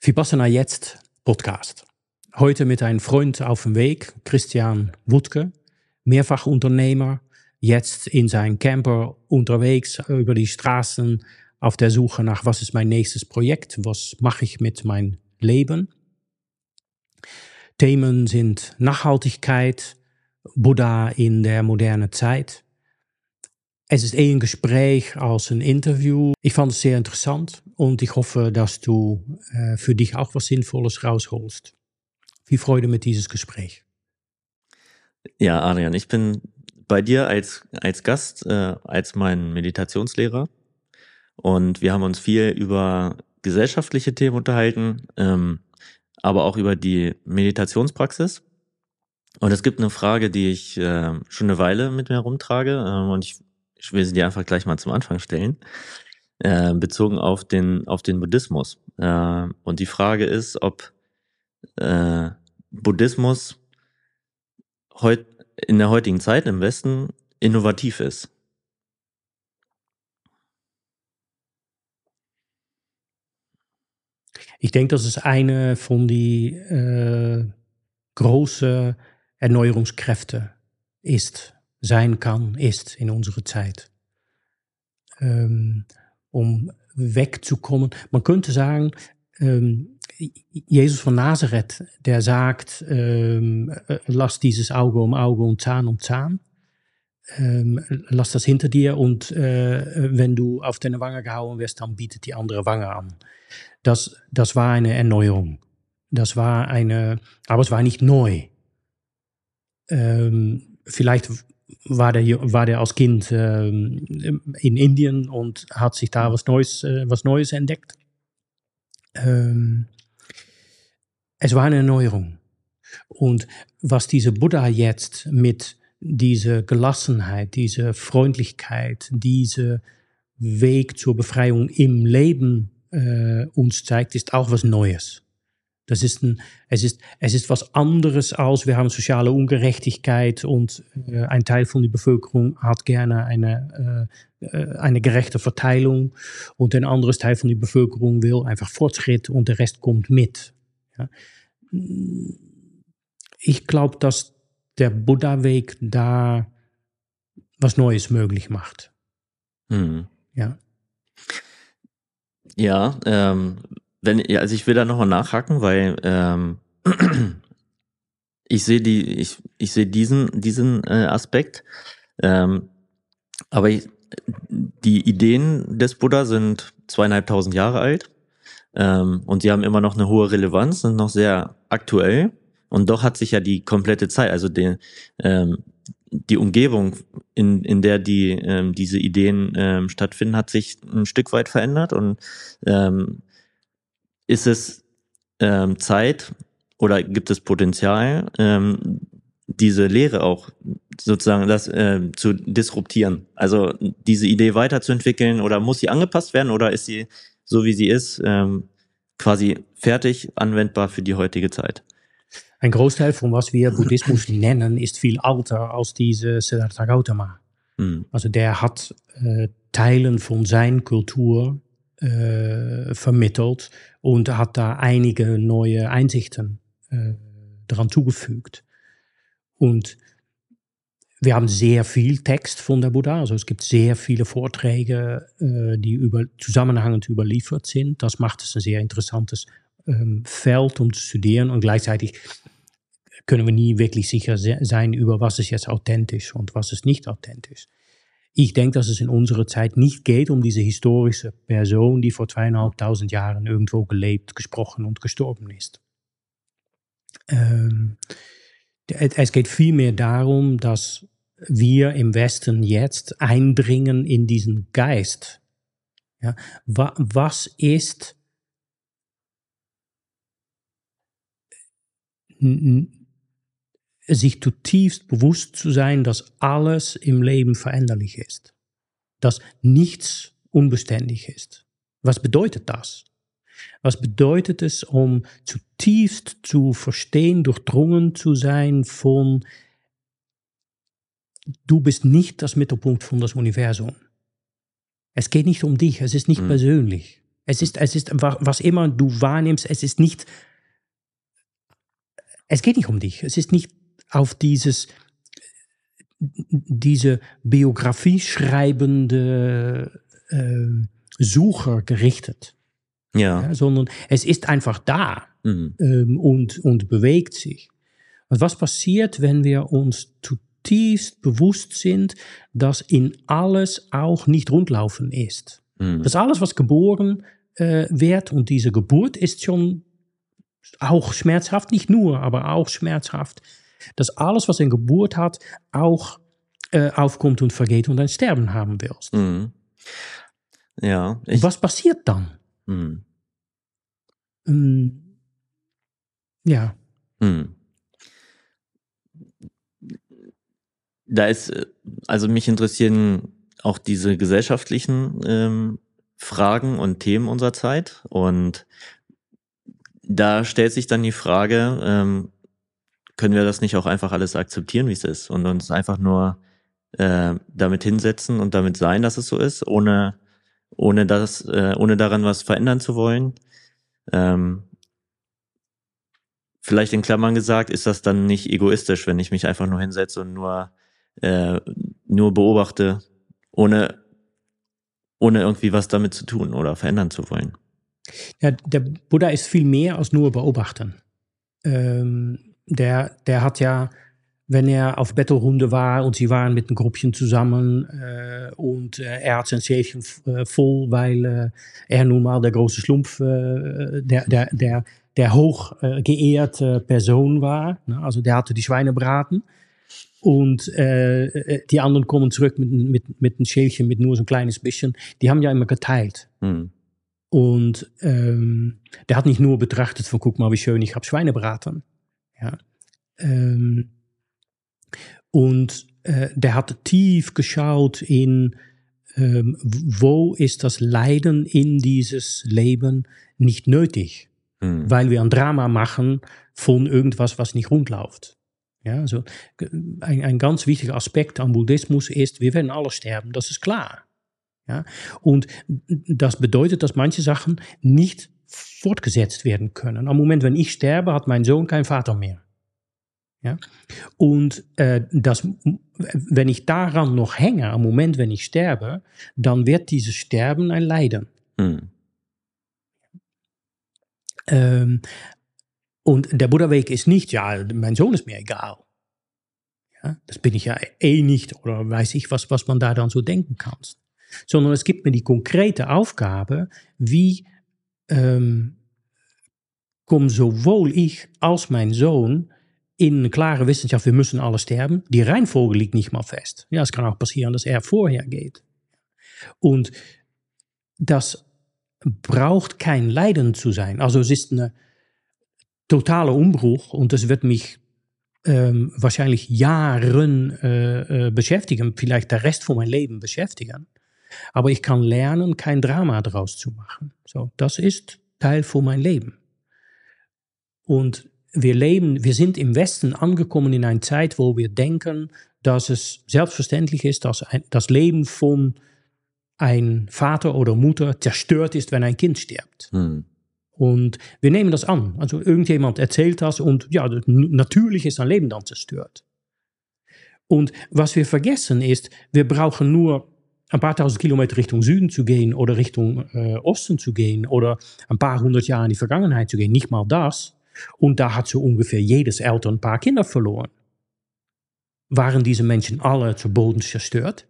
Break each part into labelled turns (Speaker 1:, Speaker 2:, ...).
Speaker 1: Vipassana Jetzt Podcast. Heute mit einem Freund auf dem Weg, Christian Wuttke, Mehrfachunternehmer, jetzt in seinem Camper unterwegs über die Straßen auf der Suche nach, was ist mein nächstes Projekt, was mache ich mit meinem Leben. Themen sind Nachhaltigkeit, Buddha in der modernen Zeit. Es ist eher ein Gespräch als ein Interview. Ich fand es sehr interessant und ich hoffe, dass du für dich auch was Sinnvolles rausholst. Viel Freude mit dieses Gespräch.
Speaker 2: Ja, Adrian, ich bin bei dir als Gast, als mein Meditationslehrer, und wir haben uns viel über gesellschaftliche Themen unterhalten, aber auch über die Meditationspraxis. Und es gibt eine Frage, die ich schon eine Weile mit mir herumtrage, und ich will sie dir einfach gleich mal zum Anfang stellen, bezogen auf den Buddhismus. Und die Frage ist, ob Buddhismus in der heutigen Zeit im Westen innovativ ist.
Speaker 1: Ich denke, dass es eine von die großen Erneuerungskräfte sein kann in unserer Zeit. Um wegzukommen. Man könnte sagen, Jesus von Nazareth, der sagt, lass dieses Auge um Auge und Zahn um Zahn. Lass das hinter dir und wenn du auf deine Wange gehauen wirst, dann bietet die andere Wange an. Das war eine Erneuerung. Aber es war nicht neu. Vielleicht war der als Kind in Indien und hat sich da was Neues entdeckt. Es war eine Erneuerung. Und was diese Buddha jetzt mit dieser Gelassenheit, dieser Freundlichkeit, dieser Weg zur Befreiung im Leben uns zeigt, ist auch was Neues. Es ist was anderes als wir haben soziale Ungerechtigkeit und ein Teil von der Bevölkerung hat gerne eine gerechte Verteilung und ein anderes Teil von der Bevölkerung will einfach Fortschritt und der Rest kommt mit. Ja. Ich glaube, dass der Buddha-Weg da was Neues möglich macht.
Speaker 2: Mhm.
Speaker 1: Ja.
Speaker 2: Ja, also ich will da nochmal nachhaken, weil ich sehe diesen Aspekt, aber die Ideen des Buddha sind 2500 Jahre alt, und die haben immer noch eine hohe Relevanz, sind noch sehr aktuell, und doch hat sich ja die komplette Zeit, also die Umgebung, in der diese Ideen stattfinden, hat sich ein Stück weit verändert, und ist es Zeit oder gibt es Potenzial, diese Lehre auch sozusagen zu disruptieren, also diese Idee weiterzuentwickeln, oder muss sie angepasst werden, oder ist sie, so wie sie ist, quasi fertig anwendbar für die heutige Zeit?
Speaker 1: Ein Großteil von was wir Buddhismus nennen, ist viel älter als diese Siddhartha Gautama. Also der hat Teilen von seiner Kultur vermittelt und hat da einige neue Einsichten daran zugefügt. Und wir haben sehr viel Text von der Buddha, also es gibt sehr viele Vorträge, die zusammenhängend überliefert sind. Das macht es ein sehr interessantes Feld, um zu studieren, und gleichzeitig können wir nie wirklich sicher sein über was ist jetzt authentisch und was ist nicht authentisch. Ich denke, dass es in unserer Zeit nicht geht um diese historische Person, die vor 2500 Jahren irgendwo gelebt, gesprochen und gestorben ist. Es geht vielmehr darum, dass wir im Westen jetzt eindringen in diesen Geist. Ja, was ist sich zutiefst bewusst zu sein, dass alles im Leben veränderlich ist. Dass nichts unbeständig ist. Was bedeutet das? Was bedeutet es, um zutiefst zu verstehen, durchdrungen zu sein von, du bist nicht das Mittelpunkt von das Universum. Es geht nicht um dich, es ist nicht persönlich. Es ist, was immer du wahrnimmst, es geht nicht um dich. Es ist nicht auf diese Biografie schreibende Sucher gerichtet.
Speaker 2: Ja.
Speaker 1: Sondern es ist einfach da und bewegt sich. Und was passiert, wenn wir uns zutiefst bewusst sind, dass in alles auch nicht rundlaufen ist? Dass alles, was geboren wird, und diese Geburt ist schon auch schmerzhaft, nicht nur, aber auch schmerzhaft, dass alles, was eine Geburt hat, auch aufkommt und vergeht und ein Sterben haben wirst.
Speaker 2: Ja.
Speaker 1: Was passiert dann? Ja.
Speaker 2: Da ist, also mich interessieren auch diese gesellschaftlichen Fragen und Themen unserer Zeit. Und da stellt sich dann die Frage, können wir das nicht auch einfach alles akzeptieren, wie es ist, und uns einfach nur damit hinsetzen und damit sein, dass es so ist, ohne daran was verändern zu wollen? Vielleicht in Klammern gesagt, ist das dann nicht egoistisch, wenn ich mich einfach nur hinsetze und nur beobachte, ohne irgendwie was damit zu tun oder verändern zu wollen?
Speaker 1: Ja, der Buddha ist viel mehr als nur beobachten. Der hat ja, wenn er auf Bettelrunde war und sie waren mit einem Gruppchen zusammen und er hat sein Schäfchen voll, weil er nun mal der große Schlumpf, der hoch geehrte Person war. Ne? Also der hatte die Schweinebraten. Und die anderen kommen zurück mit einem Schälchen mit nur so ein kleines bisschen. Die haben ja immer geteilt. Und der hat nicht nur betrachtet von, guck mal, wie schön, ich habe Schweinebraten. Ja. Und der hat tief geschaut in, wo ist das Leiden in dieses Leben nicht nötig? Weil wir ein Drama machen von irgendwas, was nicht rund läuft. Ja, also ein ganz wichtiger Aspekt am Buddhismus ist, wir werden alle sterben, das ist klar. Ja? Und das bedeutet, dass manche Sachen nicht fortgesetzt werden können. Am Moment, wenn ich sterbe, hat mein Sohn keinen Vater mehr. Ja? Und wenn ich daran noch hänge, am Moment, wenn ich sterbe, dann wird dieses Sterben ein Leiden. Und der Buddha-Weg ist nicht, ja, mein Sohn ist mir egal. Ja, das bin ich ja nicht, oder weiß ich was man da dann so denken kann. Sondern es gibt mir die konkrete Aufgabe, wie kommen sowohl ich als mein Sohn in eine klare Wissenschaft, wir müssen alle sterben. Die Reihenfolge liegt nicht mal fest. Ja, es kann auch passieren, dass er vorher geht. Und das braucht kein Leiden zu sein. Also es ist eine totale Umbruch und es wird mich wahrscheinlich Jahren beschäftigen, vielleicht der Rest von meinem Leben beschäftigen. Aber ich kann lernen, kein Drama daraus zu machen. So, das ist Teil von meinem Leben. Und wir sind im Westen angekommen in einer Zeit, wo wir denken, dass es selbstverständlich ist, dass das Leben von ein Vater oder Mutter zerstört ist, wenn ein Kind stirbt. Und wir nehmen das an. Also irgendjemand erzählt das und ja, natürlich ist ein Leben dann zerstört. Und was wir vergessen ist, wir brauchen nur ein paar tausend Kilometer Richtung Süden zu gehen oder Richtung Osten zu gehen oder ein paar hundert Jahre in die Vergangenheit zu gehen. Nicht mal das. Und da hat so ungefähr jedes Eltern ein paar Kinder verloren. Waren diese Menschen alle zu Boden zerstört?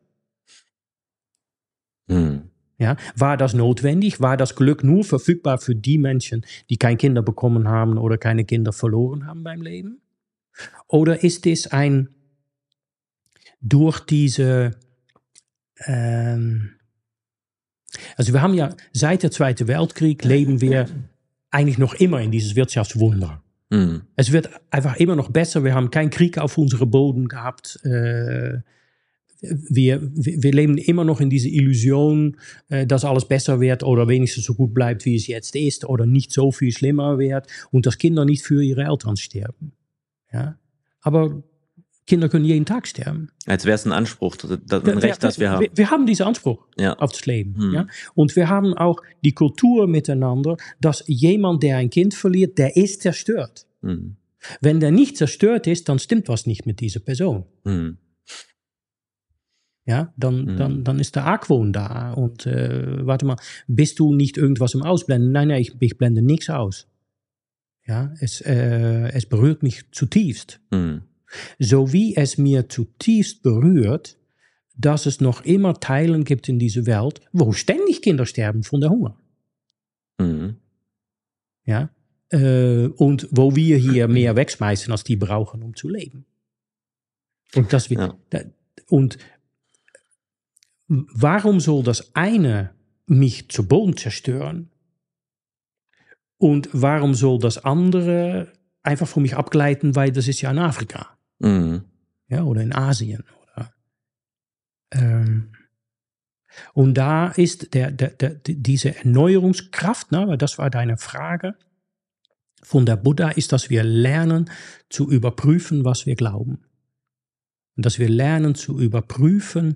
Speaker 1: Ja, war das notwendig? War das Glück nur verfügbar für die Menschen, die keine Kinder bekommen haben oder keine Kinder verloren haben beim Leben? Oder ist es durch diese, also wir haben ja seit der Zweiten Weltkrieg leben wir eigentlich noch immer in dieses Wirtschaftswunder. Es wird einfach immer noch besser. Wir haben keinen Krieg auf unserem Boden gehabt. Wir leben immer noch in dieser Illusion, dass alles besser wird oder wenigstens so gut bleibt, wie es jetzt ist oder nicht so viel schlimmer wird und dass Kinder nicht für ihre Eltern sterben. Ja? Aber Kinder können jeden Tag sterben.
Speaker 2: Als wäre es ein Anspruch, ein Recht, das wir haben.
Speaker 1: Wir haben diesen Anspruch auf das Leben. Ja? Und wir haben auch die Kultur miteinander, dass jemand, der ein Kind verliert, der ist zerstört. Wenn der nicht zerstört ist, dann stimmt was nicht mit dieser Person. Ja, dann ist der Argwohn da. Und warte mal, bist du nicht irgendwas im Ausblenden? Nein, ich blende nichts aus. Ja, es berührt mich zutiefst. So wie es mir zutiefst berührt, dass es noch immer Teilen gibt in dieser Welt, wo ständig Kinder sterben von der Hunger. Ja, und wo wir hier mehr wegschmeißen, als die brauchen, um zu leben. Und und warum soll das eine mich zu Boden zerstören? Und warum soll das andere einfach von mich abgleiten, weil das ist ja in Afrika. Ja, oder in Asien. Und da ist diese Erneuerungskraft, weil das war deine Frage, von der Buddha ist, dass wir lernen zu überprüfen, was wir glauben. Und dass wir lernen zu überprüfen,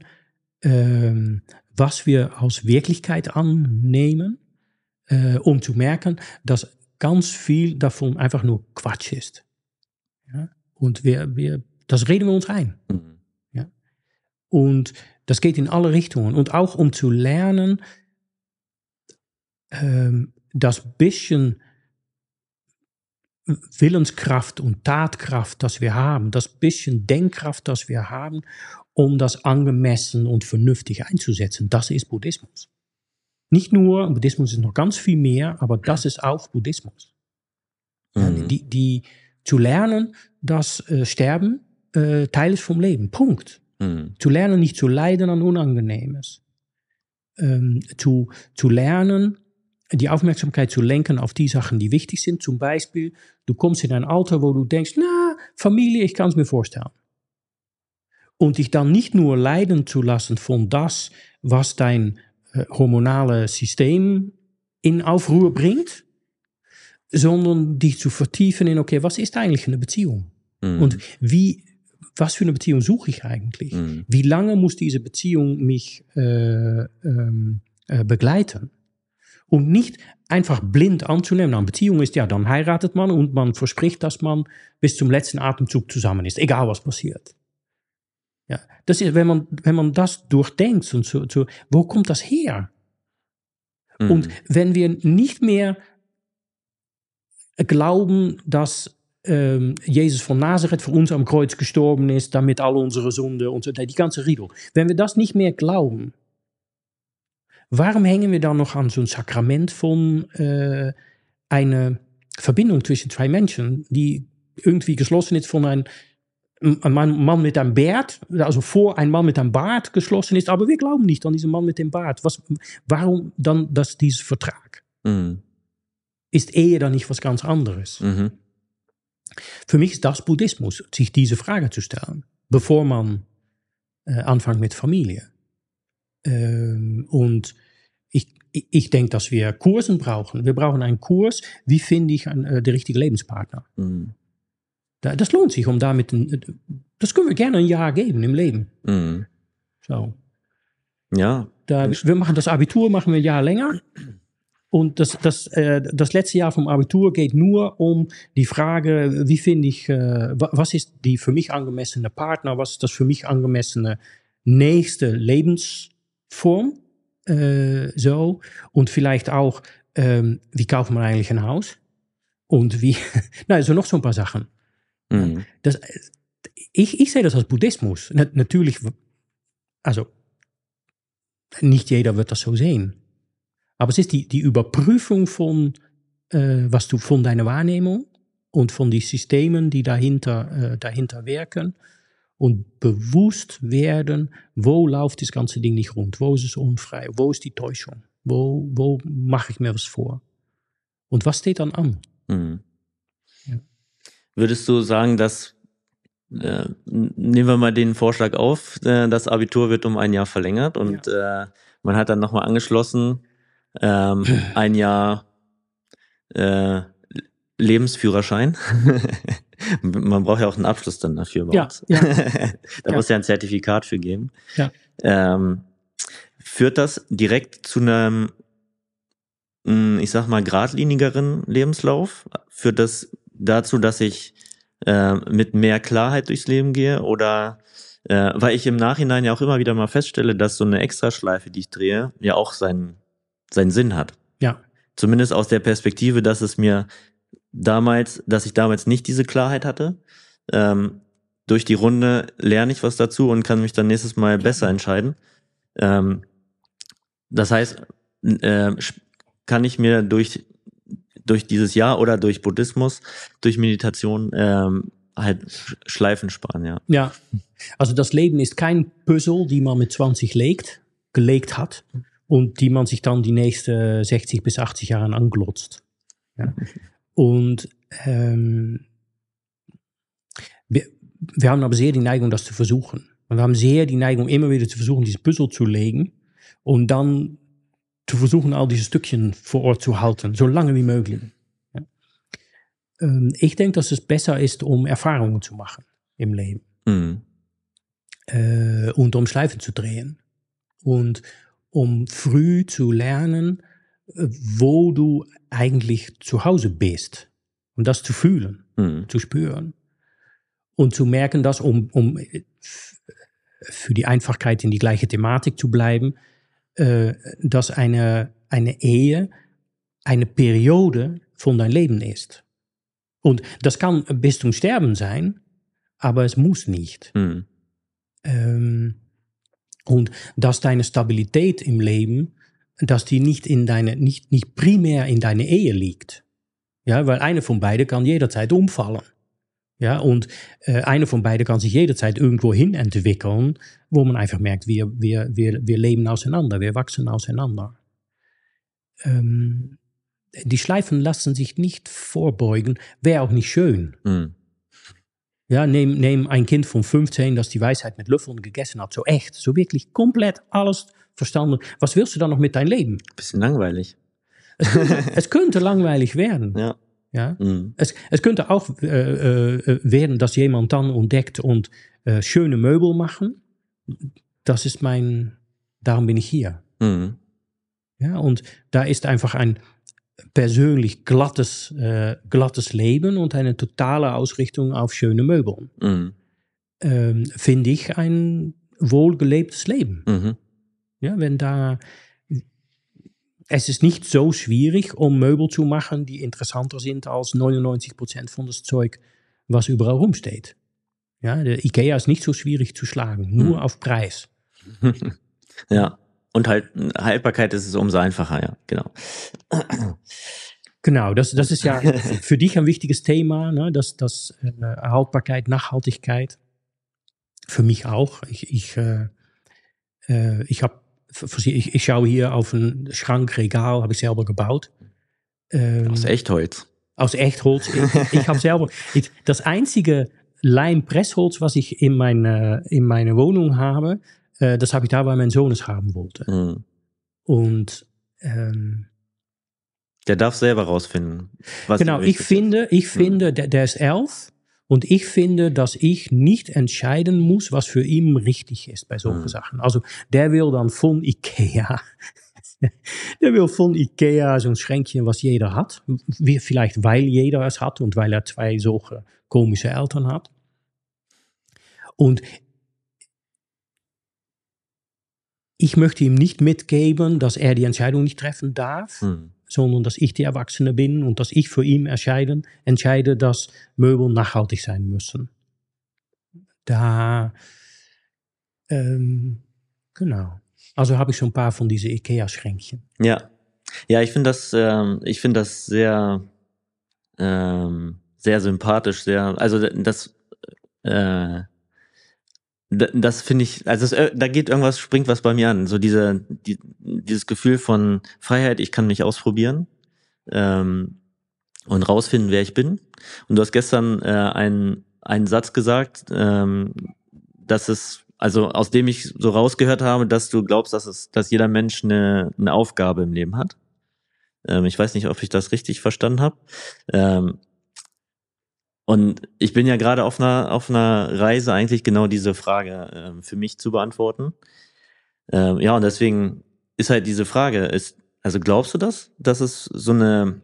Speaker 1: was wir als Wirklichkeit annehmen, um zu merken, dass ganz viel davon einfach nur Quatsch ist. Ja? Und das reden wir uns ein. Ja? Und das geht in alle Richtungen. Und auch um zu lernen, das bisschen Willenskraft und Tatkraft, das wir haben, das bisschen Denkkraft, das wir haben, um das angemessen und vernünftig einzusetzen, das ist Buddhismus. Nicht nur, Buddhismus ist noch ganz viel mehr, aber das ist auch Buddhismus. Ja, zu lernen, dass Sterben Teil ist vom Leben. Punkt. Zu lernen, nicht zu leiden an Unangenehmes. Zu lernen, die Aufmerksamkeit zu lenken auf die Sachen, die wichtig sind. Zum Beispiel, du kommst in ein Alter, wo du denkst, Familie, ich kann es mir vorstellen. Und dich dann nicht nur leiden zu lassen von das, was dein hormonale System in Aufruhr bringt, sondern dich zu vertiefen in, okay, was ist eigentlich eine Beziehung? Und was für eine Beziehung suche ich eigentlich? Wie lange muss diese Beziehung mich begleiten? Und nicht einfach blind anzunehmen. Eine Beziehung ist, ja, dann heiratet man und man verspricht, dass man bis zum letzten Atemzug zusammen ist, egal was passiert. Ja, das ist, wenn man das durchdenkt, und so, wo kommt das her? Und wenn wir nicht mehr glauben, dass Jesus von Nazareth für uns am Kreuz gestorben ist, damit all unsere Sünde und so, die ganze Riedel. Wenn wir das nicht mehr glauben, warum hängen wir dann noch an so ein Sakrament von einer Verbindung zwischen zwei Menschen, die irgendwie geschlossen ist von ein Mann mit einem Bart, also vor ein Mann mit einem Bart geschlossen ist, aber wir glauben nicht an diesen Mann mit dem Bart. Warum dann dieses Vertrag? Ist Ehe dann nicht was ganz anderes? Für mich ist das Buddhismus, sich diese Frage zu stellen, bevor man anfängt mit Familie. Und ich denke, dass wir Kursen brauchen. Wir brauchen einen Kurs, wie finde ich den richtigen Lebenspartner. Das lohnt sich, das können wir gerne ein Jahr geben im Leben. So.
Speaker 2: Ja.
Speaker 1: Wir machen das Abitur, machen wir ein Jahr länger. Und das letzte Jahr vom Abitur geht nur um die Frage, wie finde ich, was ist die für mich angemessene Partner, was ist das für mich angemessene nächste Lebensform, so. Und vielleicht auch, wie kauft man eigentlich ein Haus? Und wie, also noch so ein paar Sachen. Ich sehe das als Buddhismus. Natürlich, also nicht jeder wird das so sehen. Aber es ist die Überprüfung von deiner Wahrnehmung und von den Systemen, die dahinter wirken und bewusst werden, wo läuft das ganze Ding nicht rund, wo ist es unfrei, wo ist die Täuschung, wo mache ich mir was vor und was steht dann an? Ja.
Speaker 2: Würdest du sagen, dass nehmen wir mal den Vorschlag auf, das Abitur wird um ein Jahr verlängert und man hat dann nochmal angeschlossen, ein Jahr Lebensführerschein. Man braucht ja auch einen Abschluss dann dafür bei uns.
Speaker 1: Ja.
Speaker 2: Da muss ja ein Zertifikat für geben.
Speaker 1: Ja.
Speaker 2: Führt das direkt zu einem, ich sag mal, geradlinigeren Lebenslauf? Führt das dazu, dass ich mit mehr Klarheit durchs Leben gehe? Oder weil ich im Nachhinein ja auch immer wieder mal feststelle, dass so eine Extraschleife, die ich drehe, ja auch seinen Sinn hat.
Speaker 1: Ja.
Speaker 2: Zumindest aus der Perspektive, dass ich damals nicht diese Klarheit hatte. Durch die Runde lerne ich was dazu und kann mich dann nächstes Mal besser entscheiden. Das heißt, kann ich mir durch dieses Jahr oder durch Buddhismus, durch Meditation halt Schleifen sparen, ja.
Speaker 1: Ja, also das Leben ist kein Puzzle, die man mit 20 gelegt hat und die man sich dann die nächsten 60 bis 80 Jahre anglotzt. Ja. Und wir haben aber sehr die Neigung, das zu versuchen. Und wir haben sehr die Neigung, immer wieder zu versuchen, dieses Puzzle zu legen und dann zu versuchen, all diese Stückchen vor Ort zu halten, so lange wie möglich. Ja. Ich denke, dass es besser ist, um Erfahrungen zu machen im Leben.
Speaker 2: Mhm.
Speaker 1: Und um Schleifen zu drehen. Und um früh zu lernen, wo du eigentlich zu Hause bist. Und das zu fühlen, zu spüren. Und zu merken, dass, um für die Einfachkeit in die gleiche Thematik zu bleiben, dass eine Ehe eine Periode von dein Leben ist. Und das kann bis zum Sterben sein, aber es muss nicht.
Speaker 2: Mhm.
Speaker 1: Und dass deine Stabilität im Leben, dass die nicht primär in deine Ehe liegt. Ja, weil eine von beiden kann jederzeit umfallen. Ja, und eine von beiden kann sich jederzeit irgendwo hin entwickeln, wo man einfach merkt, wir leben auseinander, wir wachsen auseinander. Die Schleifen lassen sich nicht vorbeugen, wäre auch nicht schön.
Speaker 2: Mhm.
Speaker 1: Ja, neem ein Kind von 15, das die Weisheit mit Löffeln gegessen hat, so echt, so wirklich komplett alles verstanden. Was willst du dann noch mit deinem Leben?
Speaker 2: Bisschen langweilig.
Speaker 1: Es könnte langweilig werden.
Speaker 2: Ja.
Speaker 1: Ja? Es könnte auch werden, dass jemand dann entdeckt und schöne Möbel machen. Das ist darum bin ich hier.
Speaker 2: Mhm.
Speaker 1: Ja, und da ist einfach ein persönlich glattes Leben und eine totale Ausrichtung auf schöne Möbel.
Speaker 2: Mhm.
Speaker 1: Finde ich ein wohlgelebtes Leben.
Speaker 2: Mhm.
Speaker 1: Ja, es ist nicht so schwierig, um Möbel zu machen, die interessanter sind als 99% von das Zeug, was überall rumsteht. Ja, der Ikea ist nicht so schwierig zu schlagen, nur auf Preis.
Speaker 2: Ja, und halt Haltbarkeit ist es umso einfacher, ja, genau.
Speaker 1: Genau, das ist ja für dich ein wichtiges Thema, ne? Das Haltbarkeit, Nachhaltigkeit. Für mich auch. Ich schaue hier auf ein Schrankregal, habe ich selber gebaut.
Speaker 2: Aus Echtholz.
Speaker 1: Aus Echtholz. Ich habe selber das einzige Leimpressholz, was ich in meine Wohnung habe, das habe ich da, weil mein Sohn es haben wollte.
Speaker 2: Mhm.
Speaker 1: Und
Speaker 2: der darf selber rausfinden, was
Speaker 1: genau, ich finde, der ist 11 und ich finde, dass ich nicht entscheiden muss, was für ihn richtig ist bei solchen Sachen. Also der will dann von Ikea, so ein Schränkchen, was jeder hat. Vielleicht weil jeder es hat und weil er 2 solche komische Eltern hat. Und ich möchte ihm nicht mitgeben, dass er die Entscheidung nicht treffen darf, sondern dass ich die Erwachsene bin und dass ich für ihn entscheide, dass Möbel nachhaltig sein müssen. Genau. Also habe ich schon ein paar von diese Ikea-Schränkchen.
Speaker 2: Ja, ich finde das sehr, sehr sympathisch, das finde ich, also da springt was bei mir an, so dieses Gefühl von Freiheit, ich kann mich ausprobieren und rausfinden, wer ich bin. Und du hast gestern einen Satz gesagt, dass es, also aus dem ich so rausgehört habe, dass du glaubst, dass jeder Mensch eine Aufgabe im Leben hat. Ich weiß nicht, ob ich das richtig verstanden habe. Und ich bin ja gerade auf einer Reise, eigentlich genau diese Frage für mich zu beantworten. Ja, und deswegen ist halt diese Frage, also glaubst du das, dass es so eine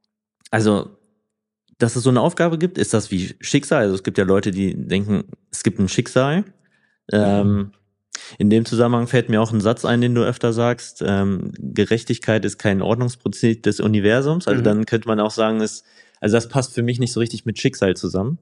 Speaker 2: Aufgabe gibt? Ist das wie Schicksal? Also es gibt ja Leute, die denken, es gibt ein Schicksal. In dem Zusammenhang fällt mir auch ein Satz ein, den du öfter sagst. Gerechtigkeit ist kein Ordnungsprinzip des Universums. Also dann könnte man auch sagen, also das passt für mich nicht so richtig mit Schicksal zusammen.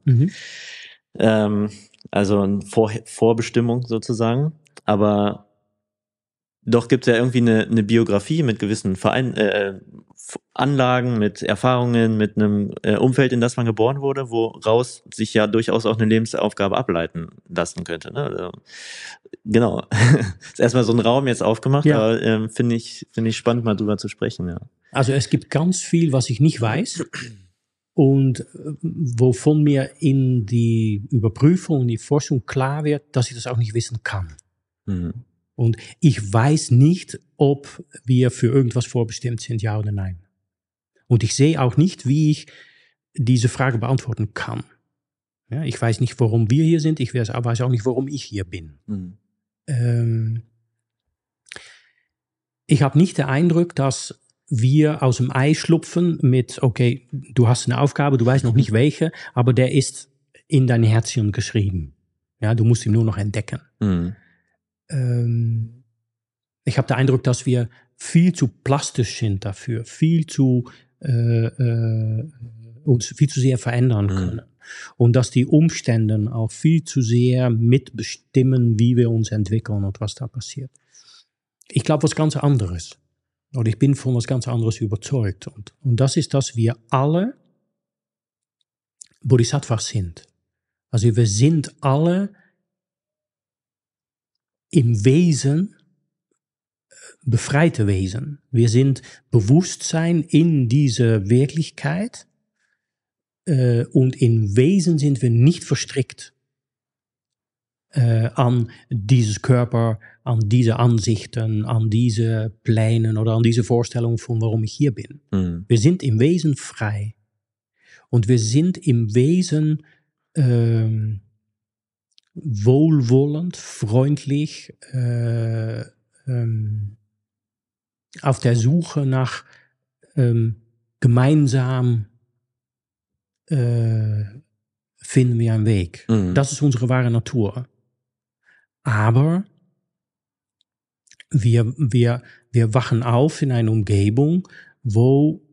Speaker 2: Also eine Vorbestimmung sozusagen. Aber doch gibt es ja irgendwie eine Biografie mit gewissen Anlagen, mit Erfahrungen, mit einem Umfeld, in das man geboren wurde, woraus sich ja durchaus auch eine Lebensaufgabe ableiten lassen könnte. Ne? Also, genau. Ist erstmal so ein Raum jetzt aufgemacht,
Speaker 1: Ja.
Speaker 2: aber finde ich spannend, mal drüber zu sprechen. Ja.
Speaker 1: Also es gibt ganz viel, was ich nicht weiß und wovon mir in die Überprüfung, in die Forschung klar wird, dass ich das auch nicht wissen kann. Und ich weiß nicht, ob wir für irgendwas vorbestimmt sind, ja oder nein. Und ich sehe auch nicht, wie ich diese Frage beantworten kann. Ja, ich weiß nicht, warum wir hier sind. Ich weiß auch nicht, warum ich hier bin. Ich habe nicht den Eindruck, dass wir aus dem Ei schlupfen mit, okay, du hast eine Aufgabe, du weißt noch nicht welche, aber der ist in dein Herzchen geschrieben. Ja, du musst ihn nur noch entdecken. Ich habe den Eindruck, dass wir viel zu plastisch sind dafür, uns viel zu sehr verändern können. Und dass die Umstände auch viel zu sehr mitbestimmen, wie wir uns entwickeln und was da passiert. Ich glaube, was ganz anderes. Oder ich bin von was ganz anderes überzeugt. Und das ist, dass wir alle Bodhisattvas sind. Also wir sind alle im Wesen befreite Wesen. Wir sind Bewusstsein in dieser Wirklichkeit und in Wesen sind wir nicht verstrickt an dieses Körper, an diese Ansichten, an diese Pläne oder an diese Vorstellungen von warum ich hier bin. Wir sind im Wesen frei und wir sind im Wesen wohlwollend, freundlich, auf der Suche nach gemeinsam finden wir einen Weg. Das ist unsere wahre Natur. Aber wir wachen auf in einer Umgebung, wo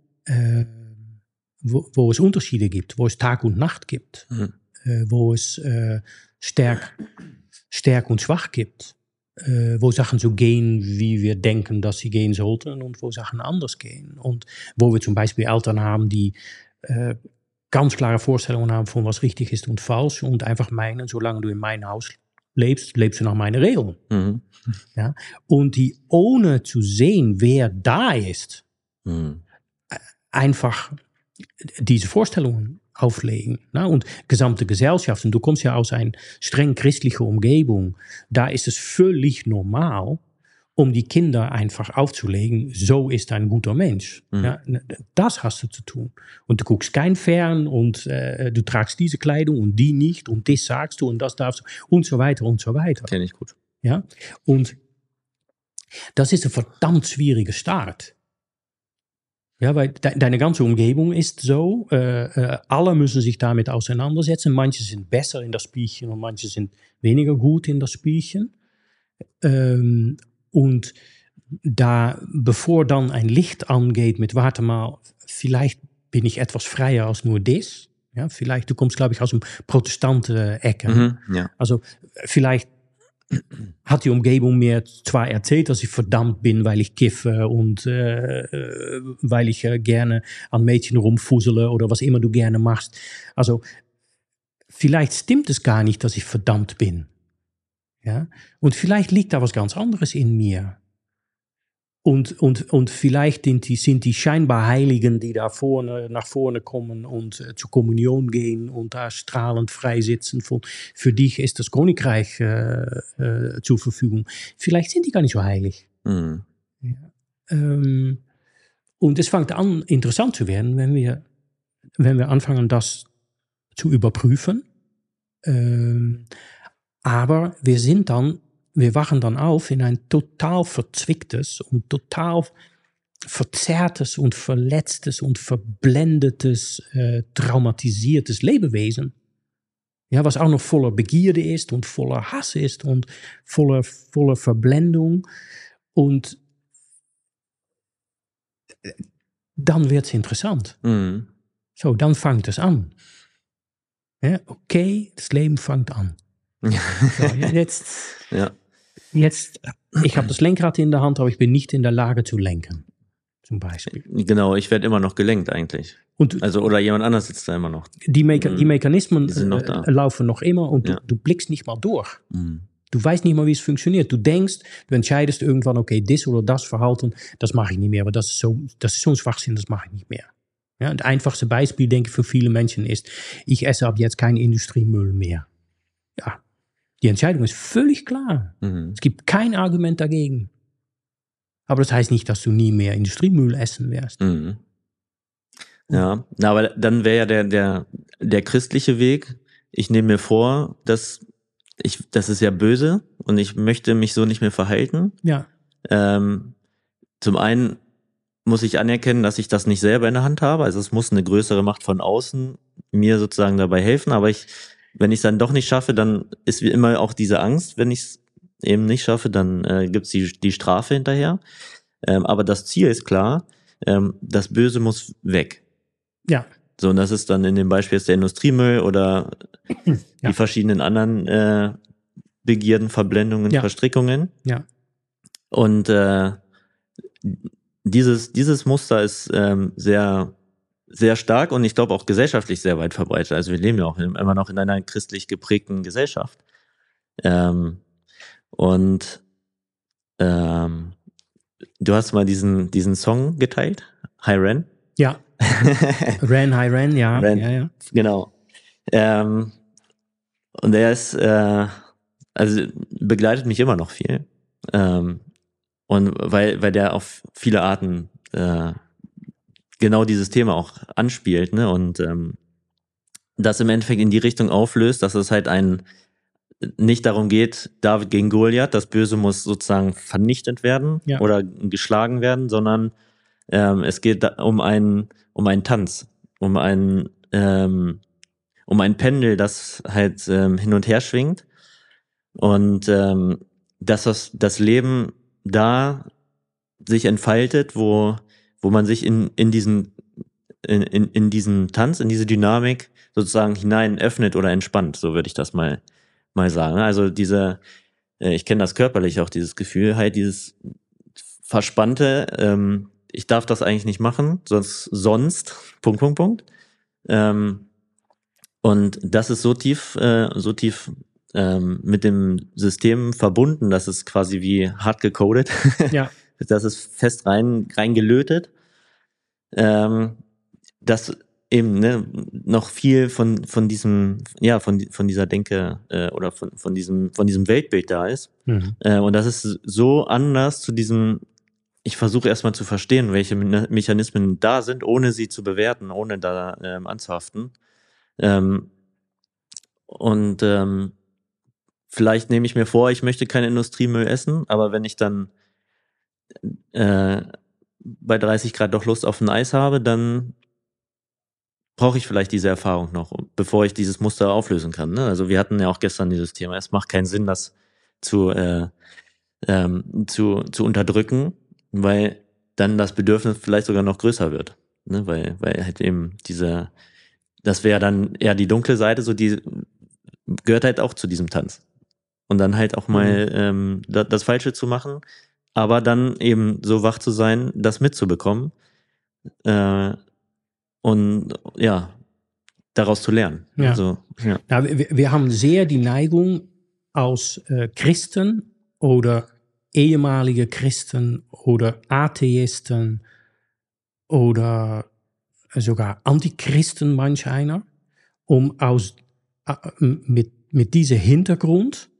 Speaker 1: es Unterschiede gibt, wo es Tag und Nacht gibt, wo es stark und schwach gibt. Wo Sachen so gehen, wie wir denken, dass sie gehen sollten und wo Sachen anders gehen. Und wo wir zum Beispiel Eltern haben, die ganz klare Vorstellungen haben von was richtig ist und falsch und einfach meinen, solange du in mein Haus lebst, lebst du nach meinen Regeln. Ja? Und die ohne zu sehen, wer da ist, einfach diese Vorstellungen auflegen. Na? Und gesamte Gesellschaften, du kommst ja aus einer streng christlichen Umgebung, da ist es völlig normal, um die Kinder einfach aufzulegen, so ist ein guter Mensch. Ja? Das hast du zu tun. Und du guckst kein Fern und du tragst diese Kleidung und die nicht und das sagst du und das darfst du und so weiter und so weiter.
Speaker 2: Kenn ich gut.
Speaker 1: Ja? Und das ist ein verdammt schwieriger Start. Ja, weil deine ganze Umgebung ist so, alle müssen sich damit auseinandersetzen. Manche sind besser in das Spielchen und manche sind weniger gut in das Spielchen. Und bevor dann ein Licht angeht mit, warte mal, vielleicht bin ich etwas freier als nur das. Ja, vielleicht, du kommst, glaube ich, aus einem Protestanten-Ecke.
Speaker 2: Ja.
Speaker 1: Also vielleicht hat die Umgebung mir zwar erzählt, dass ich verdammt bin, weil ich kiffe und weil ich gerne an Mädchen rumfussele oder was immer du gerne machst. Also vielleicht stimmt es gar nicht, dass ich verdammt bin. Ja? Und vielleicht liegt da was ganz anderes in mir. Und vielleicht sind die scheinbar Heiligen, die da nach vorne kommen und zur Kommunion gehen und da strahlend frei sitzen. Für dich ist das Königreich zur Verfügung. Vielleicht sind die gar nicht so heilig. Ja. Und es fängt an, interessant zu werden, wenn wir anfangen, das zu überprüfen. Aber wir wachen dann auf in ein total verzwicktes und total verzerrtes und verletztes und verblendetes, traumatisiertes Lebewesen. Ja, was auch noch voller Begierde ist und voller Hass ist und voller Verblendung. Und dann wird es interessant.
Speaker 2: Mhm.
Speaker 1: So, dann fängt es an. Ja, okay, das Leben fängt an. So, jetzt, ich habe das Lenkrad in der Hand, aber ich bin nicht in der Lage zu lenken. Zum Beispiel.
Speaker 2: Genau, ich werde immer noch gelenkt eigentlich. Oder jemand anders sitzt da immer noch.
Speaker 1: Die Mechanismen
Speaker 2: noch da.
Speaker 1: laufen noch immer und du blickst nicht mal durch. Du weißt nicht mal, wie es funktioniert. Du denkst, du entscheidest irgendwann, okay, das oder das Verhalten, das mache ich nicht mehr. Aber das ist zo'n Schwachsinn, das mache ich nicht mehr. Ja, das einfachste Beispiel, denke ich, für viele Menschen ist, ich esse ab jetzt keinen Industriemüll mehr. Ja, die Entscheidung ist völlig klar. Es gibt kein Argument dagegen. Aber das heißt nicht, dass du nie mehr Industriemüll essen wirst.
Speaker 2: Ja, aber dann wäre ja der christliche Weg. Ich nehme mir vor, das ist ja böse und ich möchte mich so nicht mehr verhalten.
Speaker 1: Ja.
Speaker 2: Zum einen muss ich anerkennen, dass ich das nicht selber in der Hand habe. Also es muss eine größere Macht von außen mir sozusagen dabei helfen. Aber wenn ich es dann doch nicht schaffe, dann ist wie immer auch diese Angst. Wenn ich es eben nicht schaffe, dann gibt's die Strafe hinterher. Aber das Ziel ist klar, das Böse muss weg.
Speaker 1: Ja.
Speaker 2: So, und das ist dann in dem Beispiel jetzt der Industriemüll oder die verschiedenen anderen Begierden, Verblendungen, Verstrickungen.
Speaker 1: Ja.
Speaker 2: Und dieses Muster ist sehr, sehr stark und ich glaube auch gesellschaftlich sehr weit verbreitet. Also wir leben ja auch immer noch in einer christlich geprägten Gesellschaft. Du hast mal diesen Song geteilt, High Ren.
Speaker 1: Ja. High Ren, ja.
Speaker 2: Ren,
Speaker 1: ja.
Speaker 2: Genau. Und der ist, also begleitet mich immer noch viel. Und weil der auf viele Arten genau dieses Thema auch anspielt, ne? Und das im Endeffekt in die Richtung auflöst, dass es halt nicht darum geht, David gegen Goliath, das Böse muss sozusagen vernichtet werden oder geschlagen werden, sondern es geht um einen Tanz, um ein Pendel, das halt hin und her schwingt und dass das Leben da sich entfaltet, wo man sich in diesen Tanz, in diese Dynamik sozusagen hinein öffnet oder entspannt, so würde ich das mal sagen. Also ich kenne das körperlich auch, dieses Gefühl, halt dieses Verspannte, ich darf das eigentlich nicht machen, sonst, Punkt. Und das ist so tief mit dem System verbunden, dass es quasi wie hart gecodet, das ist fest reingelötet, dass eben noch viel von diesem von dieser Denke oder von diesem Weltbild da ist. Und das ist so anders zu diesem. Ich versuche erstmal zu verstehen, welche Mechanismen da sind, ohne sie zu bewerten, ohne da anzuhaften. Vielleicht nehme ich mir vor, ich möchte keinen Industriemüll essen, aber wenn ich dann bei 30 Grad doch Lust auf ein Eis habe, dann brauche ich vielleicht diese Erfahrung noch, bevor ich dieses Muster auflösen kann. Ne? Also wir hatten ja auch gestern dieses Thema, es macht keinen Sinn, das zu unterdrücken, weil dann das Bedürfnis vielleicht sogar noch größer wird. Ne? Weil halt eben das wäre dann eher die dunkle Seite, so die gehört halt auch zu diesem Tanz. Und dann halt auch mal das Falsche zu machen, aber dann eben so wach zu sein, das mitzubekommen und daraus zu lernen.
Speaker 1: Ja.
Speaker 2: Also, ja.
Speaker 1: Ja, wir haben sehr die Neigung als Christen oder ehemalige Christen oder Atheisten oder sogar Antichristen manch einer, um mit diesem Hintergrund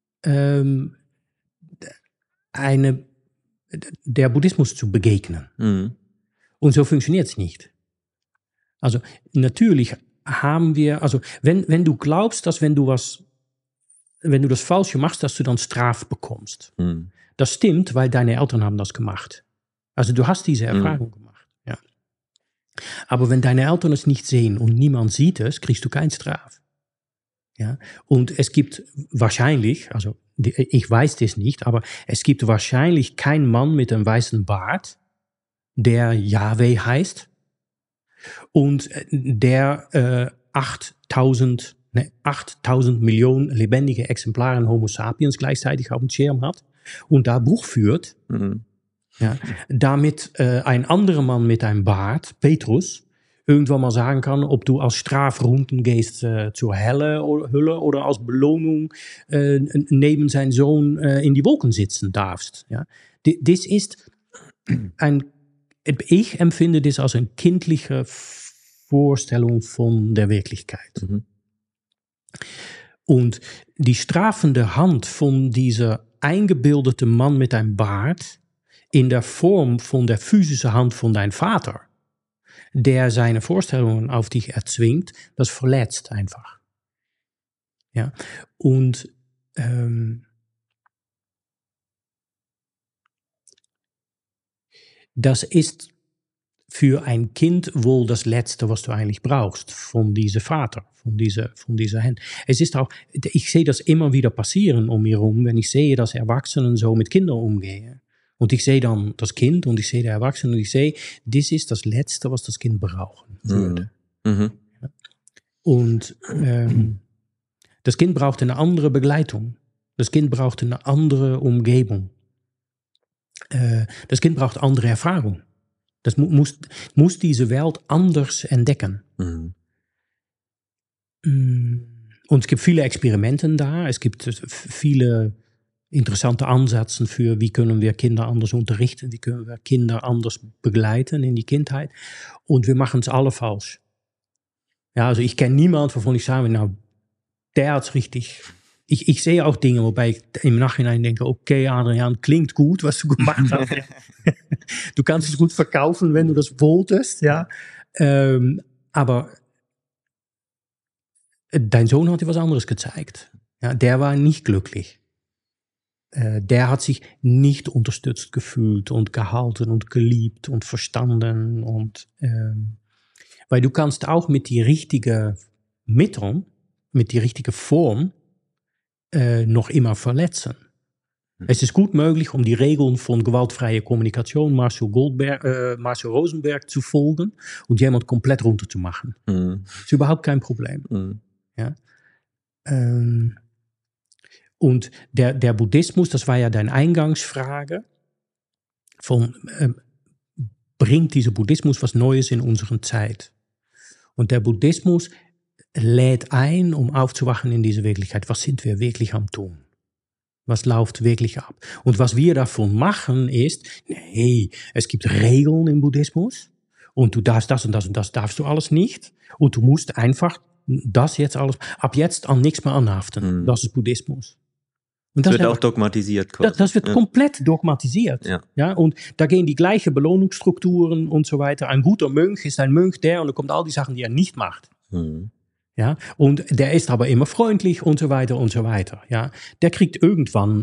Speaker 1: der Buddhismus zu begegnen. Und so funktioniert es nicht. Also natürlich haben wir, also wenn du glaubst, dass wenn du das Falsche machst, dass du dann Straf bekommst. Das stimmt, weil deine Eltern haben das gemacht. Also du hast diese Erfahrung gemacht. Ja. Aber wenn deine Eltern es nicht sehen und niemand sieht es, kriegst du kein Straf. Ja. Und es gibt wahrscheinlich, also ich weiß das nicht, aber es gibt wahrscheinlich keinen Mann mit einem weißen Bart, der Yahweh heißt und der 8000 Millionen lebendige Exemplare Homo sapiens gleichzeitig auf dem Schirm hat und da Buch führt, ja, damit ein anderer Mann mit einem Bart, Petrus, irgendwann mal sagen kann, ob du als Straf runter gehst zur Hölle oder als Belohnung neben seinem Sohn in die Wolken sitzen darfst. Ja. Das ist ich empfinde das als eine kindliche Vorstellung von der Wirklichkeit. Und die strafende Hand von dieser eingebildete Mann mit einem Bart in der Form von der physischen Hand von deinem Vater, der seine Vorstellungen auf dich erzwingt, das verletzt einfach. Ja, und das ist für ein Kind wohl das Letzte, was du eigentlich brauchst von diesem Vater, von dieser Hand. Es ist auch, ich sehe das immer wieder passieren um mir herum, wenn ich sehe, dass Erwachsenen so mit Kindern umgehen. Und ich sehe dann das Kind und ich sehe die Erwachsenen und ich sehe, das ist das Letzte, was das Kind brauchen würde. Ja. Und das Kind braucht eine andere Begleitung. Das Kind braucht eine andere Umgebung. Das Kind braucht andere Erfahrung. Das muss diese Welt anders entdecken. Und es gibt viele Experimente da. Es gibt viele interessante Ansätze für, wie können wir Kinder anders unterrichten, wie können wir Kinder anders begleiten in die Kindheit. Und wir machen es alle falsch. Ja, also ich kenne niemanden, wovon ich sage, nou, der hat's richtig. Ich sehe auch Dinge, wobei ich im Nachhinein denke, okay, Adrian, klingt gut, was du gemacht hast. Du kannst es gut verkaufen, wenn du das wolltest, ja. Aber dein Sohn hat dir was anderes gezeigt. Ja, der war nicht glücklich. Der hat sich nicht unterstützt gefühlt und gehalten und geliebt und verstanden. Und, weil du kannst auch mit die richtige Mitteln, mit die richtige Form noch immer verletzen. Es ist gut möglich, um die Regeln von gewaltfreie Kommunikation Marshall Rosenberg zu folgen und jemand komplett runterzumachen. Ist überhaupt kein Problem. Ja? Und der Buddhismus, das war ja deine Eingangsfrage, bringt dieser Buddhismus was Neues in unsere Zeit? Und der Buddhismus lädt ein, um aufzuwachen in diese Wirklichkeit. Was sind wir wirklich am tun? Was läuft wirklich ab? Und was wir davon machen ist, nee, es gibt Regeln im Buddhismus und du darfst das und das und das darfst du alles nicht und du musst einfach das jetzt alles, ab jetzt an nichts mehr anhaften. Das ist Buddhismus. Und
Speaker 2: das wird auch dogmatisiert.
Speaker 1: Das wird komplett dogmatisiert. Ja, und da gehen die gleichen Belohnungsstrukturen und so weiter. Ein guter Mönch ist ein Mönch, und da kommt all die Sachen, die er nicht macht. Ja, und der ist aber immer freundlich und so weiter und so weiter. Ja, der kriegt irgendwann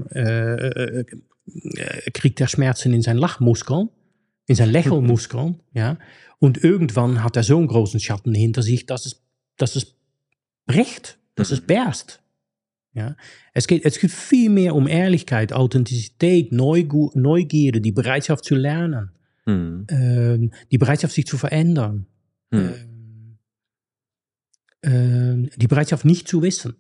Speaker 1: kriegt der Schmerzen in seinen Lachmuskeln, in seinen Lächelmuskeln. Ja, und irgendwann hat er so einen großen Schatten hinter sich, dass es bricht, dass es berst. Ja, es geht viel mehr um Ehrlichkeit, Authentizität, Neugierde, die Bereitschaft zu lernen, die Bereitschaft sich zu verändern. Die Bereitschaft nicht zu wissen.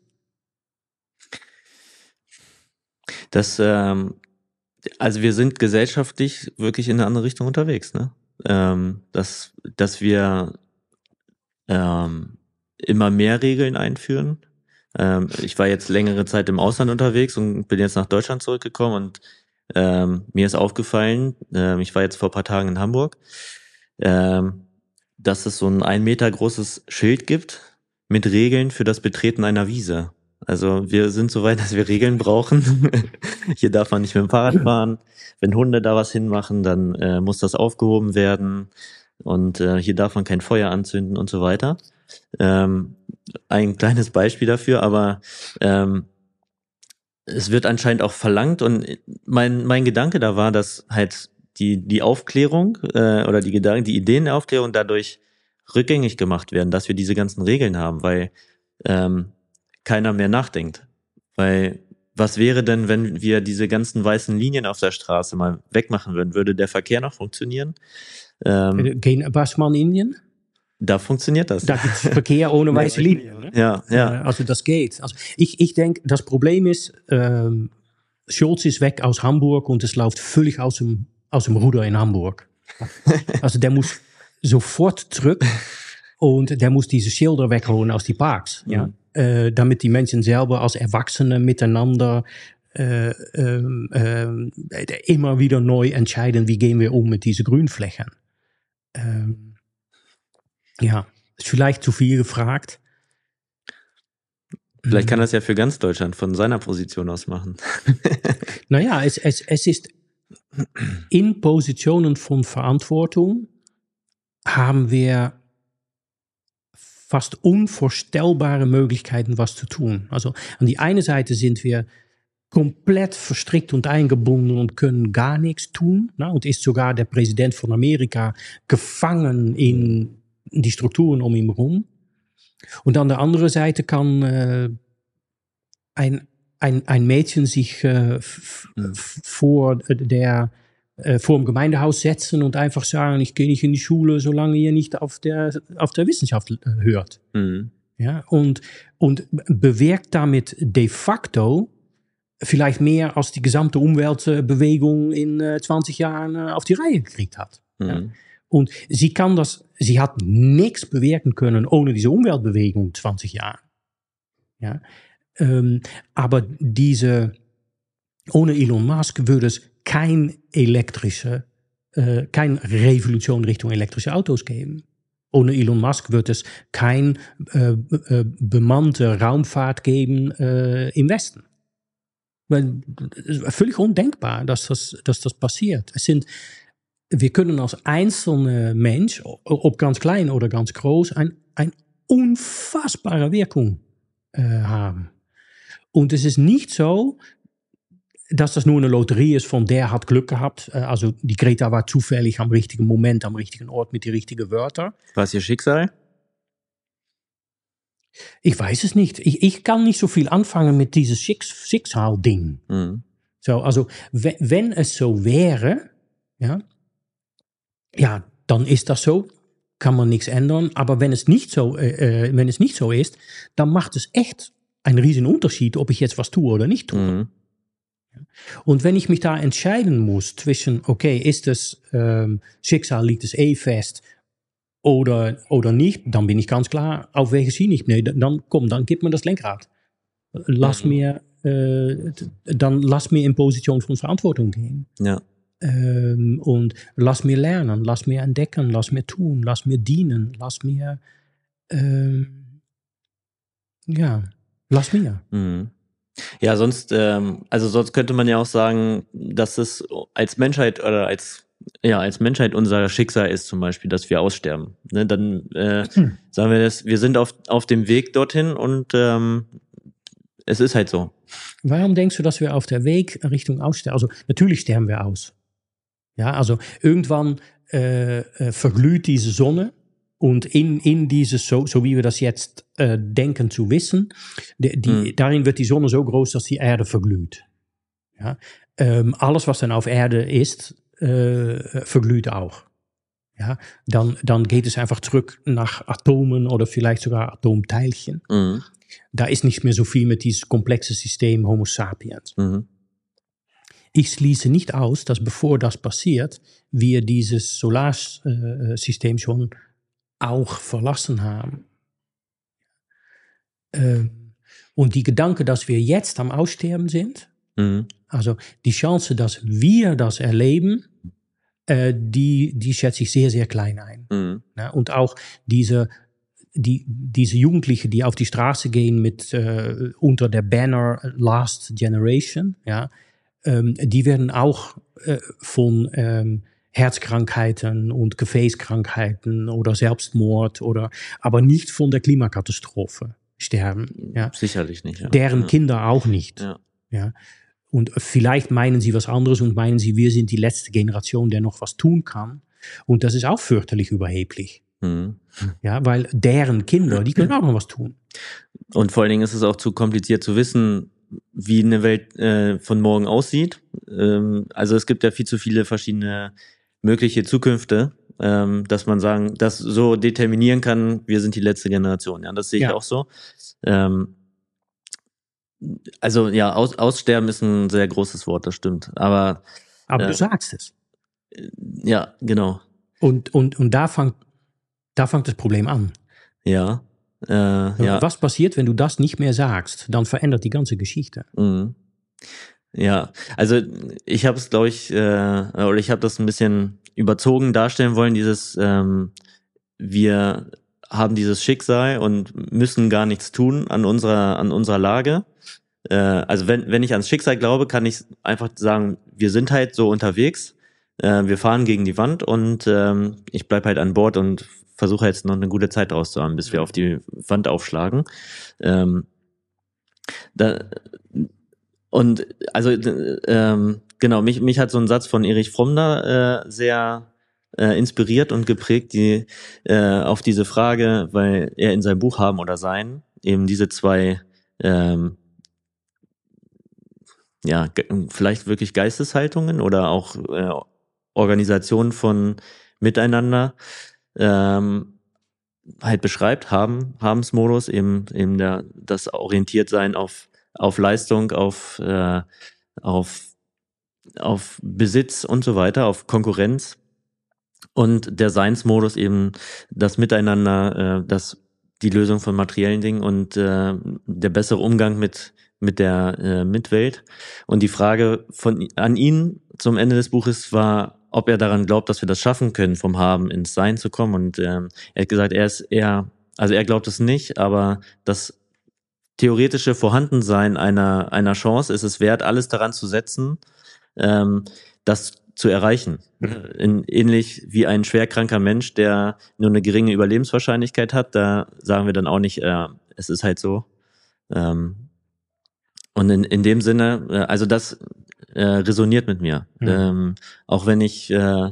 Speaker 2: Also wir sind gesellschaftlich wirklich in eine andere Richtung unterwegs, ne? Dass wir immer mehr Regeln einführen. Ich war jetzt längere Zeit im Ausland unterwegs und bin jetzt nach Deutschland zurückgekommen und mir ist aufgefallen, ich war jetzt vor ein paar Tagen in Hamburg, dass es so ein 1 Meter großes Schild gibt mit Regeln für das Betreten einer Wiese. Also wir sind so weit, dass wir Regeln brauchen. Hier darf man nicht mit dem Fahrrad fahren. Wenn Hunde da was hinmachen, dann muss das aufgehoben werden. Und hier darf man kein Feuer anzünden und so weiter. ein kleines Beispiel dafür, aber es wird anscheinend auch verlangt und mein Gedanke da war, dass halt die Aufklärung oder die Ideen der Aufklärung dadurch rückgängig gemacht werden, dass wir diese ganzen Regeln haben, weil keiner mehr nachdenkt. Weil was wäre denn, wenn wir diese ganzen weißen Linien auf der Straße mal wegmachen würden? Würde der Verkehr noch funktionieren?
Speaker 1: Was man in Indien?
Speaker 2: Da funktioniert das.
Speaker 1: Da gibt es Verkehr ohne weiße Linien. Ne?
Speaker 2: Ja.
Speaker 1: Also das geht. Also ich denke, das Problem ist, Scholz ist weg aus Hamburg und es läuft völlig aus dem Ruder in Hamburg. Also der muss sofort zurück und der muss diese Schilder wegholen aus die Parks. Ja? Damit die Menschen selber als Erwachsene miteinander immer wieder neu entscheiden, wie gehen wir um mit diesen Grünflächen. Ja, ist vielleicht zu viel gefragt.
Speaker 2: Vielleicht kann er es ja für ganz Deutschland von seiner Position aus machen.
Speaker 1: Naja, es ist in Positionen von Verantwortung haben wir fast unvorstellbare Möglichkeiten, was zu tun. Also an die eine Seite sind wir komplett verstrickt und eingebunden und können gar nichts tun. Und ist sogar der Präsident von Amerika gefangen in die Strukturen um ihn herum. Und an der anderen Seite kann ein Mädchen sich vor dem Gemeindehaus setzen und einfach sagen, ich gehe nicht in die Schule, solange ihr nicht auf der Wissenschaft hört. Ja, und bewirkt damit de facto vielleicht mehr als die gesamte Umweltbewegung in 20 Jahren auf die Reihe gekriegt hat. Ja. Und sie hat nichts bewirken können ohne diese Umweltbewegung 20 Jahre. Ja. Aber ohne Elon Musk würde es keine Revolution Richtung elektrische Autos geben. Ohne Elon Musk wird es keine bemannte Raumfahrt geben im Westen. Weil es ist völlig undenkbar, dass das passiert. Wir können als einzelne Mensch, ob ganz klein oder ganz groß, eine unfassbare Wirkung haben. Und es ist nicht so, dass das nur eine Lotterie ist von der hat Glück gehabt. Also die Greta war zufällig am richtigen Moment, am richtigen Ort mit den richtigen Wörtern.
Speaker 2: War es ihr Schicksal?
Speaker 1: Ich weiß es nicht. Ich kann nicht so viel anfangen mit dieses Schicksal-Ding. So, also wenn es so wäre, ja, dann ist das so, kann man nichts ändern. Aber wenn es nicht so ist, dann macht es echt einen riesen Unterschied, ob ich jetzt was tue oder nicht tue. Und wenn ich mich da entscheiden muss zwischen, okay, ist das Schicksal, liegt es fest oder nicht, dann bin ich ganz klar, auf welche Schiene ich, nee, dann gib mir das Lenkrad. Lass mir in Position von Verantwortung gehen. Ja. Und lass mir lernen, lass mir entdecken, lass mir tun, lass mir dienen, lass mir, lass mir.
Speaker 2: Ja, sonst könnte man ja auch sagen, dass es als Menschheit oder als Menschheit unser Schicksal ist, zum Beispiel, dass wir aussterben. Ne, dann sagen wir das, wir sind auf dem Weg dorthin und es ist halt so.
Speaker 1: Warum denkst du, dass wir auf der Weg Richtung Aussterben? Also natürlich sterben wir aus. Ja, also irgendwann verglüht diese Sonne. Und in dieses, so wie wir das jetzt denken zu wissen, darin wird die Sonne so groß, dass die Erde verglüht. Ja? Alles, was dann auf Erde ist, verglüht auch. Ja? Dann geht es einfach zurück nach Atomen oder vielleicht sogar Atomteilchen. Da ist nicht mehr so viel mit diesem komplexen System Homo sapiens. Ich schließe nicht aus, dass bevor das passiert, wir dieses Solarsystem schon auch verlassen haben. Und die Gedanke, dass wir jetzt am Aussterben sind, also die Chance, dass wir das erleben, die schätze ich sehr, sehr klein ein. Ja, und auch diese Jugendlichen, die auf die Straße gehen mit unter der Banner Last Generation, ja, die werden auch von Herzkrankheiten und Gefäßkrankheiten oder Selbstmord aber nicht von der Klimakatastrophe sterben. Ja.
Speaker 2: Sicherlich nicht. Ja.
Speaker 1: Deren Kinder auch nicht.
Speaker 2: Ja.
Speaker 1: Ja. Und vielleicht meinen sie was anderes und meinen sie, wir sind die letzte Generation, der noch was tun kann. Und das ist auch fürchterlich überheblich. Ja, weil deren Kinder, die können auch noch was tun.
Speaker 2: Und vor allen Dingen ist es auch zu kompliziert zu wissen, wie eine Welt von morgen aussieht. Also es gibt ja viel zu viele verschiedene mögliche Zukünfte, dass man das so determinieren kann, wir sind die letzte Generation. Ja, das sehe ich auch so. Also ja, aussterben ist ein sehr großes Wort, das stimmt. Aber
Speaker 1: du sagst es.
Speaker 2: Ja, genau.
Speaker 1: Und da fängt das Problem an.
Speaker 2: Ja.
Speaker 1: Was passiert, wenn du das nicht mehr sagst? Dann verändert die ganze Geschichte.
Speaker 2: Mhm. Ja, also ich habe es, glaube ich, oder ich habe das ein bisschen überzogen darstellen wollen, wir haben dieses Schicksal und müssen gar nichts tun an unserer Lage. Also wenn ich ans Schicksal glaube, kann ich einfach sagen, wir sind halt so unterwegs, wir fahren gegen die Wand und ich bleib halt an Bord und versuche jetzt noch eine gute Zeit draus zu haben, bis wir auf die Wand aufschlagen. Genau, mich hat so ein Satz von Erich Fromm da sehr inspiriert und geprägt, die auf diese Frage, weil er in seinem Buch Haben oder Sein eben diese zwei vielleicht wirklich Geisteshaltungen oder auch Organisationen von Miteinander halt beschreibt, Habensmodus, eben das Orientiertsein auf Leistung, auf Besitz und so weiter, auf Konkurrenz, und der Seinsmodus eben das Miteinander, die Lösung von materiellen Dingen und der bessere Umgang mit der Mitwelt. Und die Frage an ihn zum Ende des Buches war, ob er daran glaubt, dass wir das schaffen können, vom Haben ins Sein zu kommen. Und er hat gesagt, er glaubt es nicht, aber das theoretische Vorhandensein einer Chance ist es wert, alles daran zu setzen, das zu erreichen. Ähnlich wie ein schwerkranker Mensch, der nur eine geringe Überlebenswahrscheinlichkeit hat, da sagen wir dann auch nicht, es ist halt so. Und in dem Sinne, also das resoniert mit mir. Auch wenn ich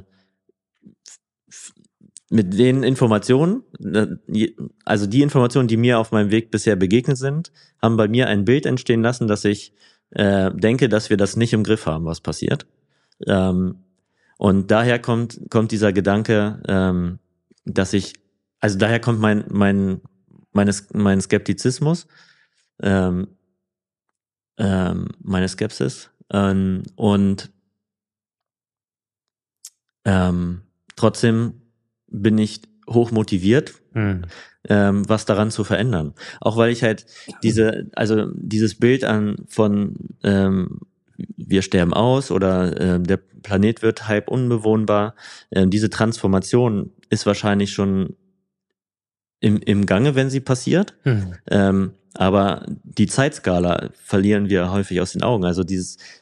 Speaker 2: mit den Informationen, also die Informationen, die mir auf meinem Weg bisher begegnet sind, haben bei mir ein Bild entstehen lassen, dass ich denke, dass wir das nicht im Griff haben, was passiert. Und daher kommt dieser Gedanke, daher kommt mein Skeptizismus, meine Skepsis, und trotzdem bin ich hoch motiviert, was daran zu verändern. Auch weil ich halt dieses Bild von wir sterben aus oder der Planet wird halb unbewohnbar, diese Transformation ist wahrscheinlich schon im Gange, wenn sie passiert. Aber die Zeitskala verlieren wir häufig aus den Augen. Also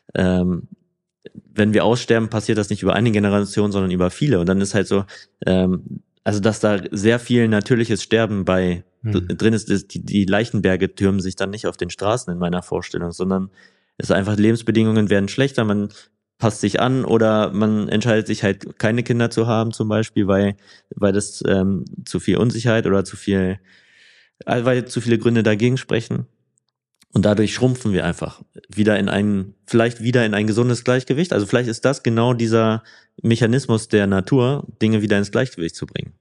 Speaker 2: wenn wir aussterben, passiert das nicht über eine Generation, sondern über viele. Und dann ist halt so, dass da sehr viel natürliches Sterben drin ist, die Leichenberge türmen sich dann nicht auf den Straßen in meiner Vorstellung, sondern es ist einfach, Lebensbedingungen werden schlechter, man passt sich an oder man entscheidet sich halt, keine Kinder zu haben zum Beispiel, weil das zu viel Unsicherheit oder weil zu viele Gründe dagegen sprechen. Und dadurch schrumpfen wir einfach vielleicht wieder in ein gesundes Gleichgewicht. Also vielleicht ist das genau dieser Mechanismus der Natur, Dinge wieder ins Gleichgewicht zu bringen.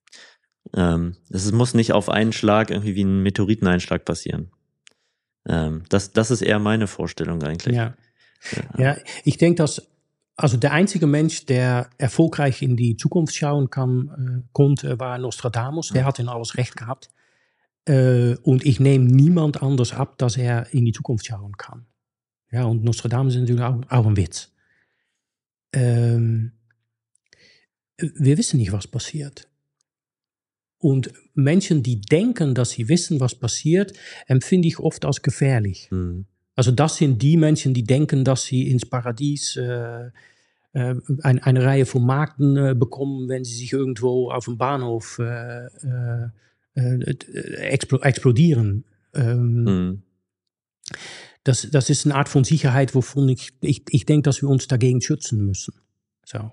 Speaker 2: Es muss nicht auf einen Schlag irgendwie wie ein Meteoriteneinschlag passieren. Das ist eher meine Vorstellung eigentlich.
Speaker 1: Ja, ich denke, dass der einzige Mensch, der erfolgreich in die Zukunft schauen konnte, war Nostradamus. Der hat in alles recht gehabt. Und ich nehme niemand anders ab, dass er in die Zukunft schauen kann. Ja, und Nostradamus ist natürlich auch ein Witz. Wir wissen nicht, was passiert. Und Menschen, die denken, dass sie wissen, was passiert, empfinde ich oft als gefährlich. Also das sind die Menschen, die denken, dass sie ins Paradies eine Reihe von Marken bekommen, wenn sie sich irgendwo auf dem Bahnhof explodieren. Das ist eine Art von Sicherheit, wovon ich denke, dass wir uns dagegen schützen müssen. So.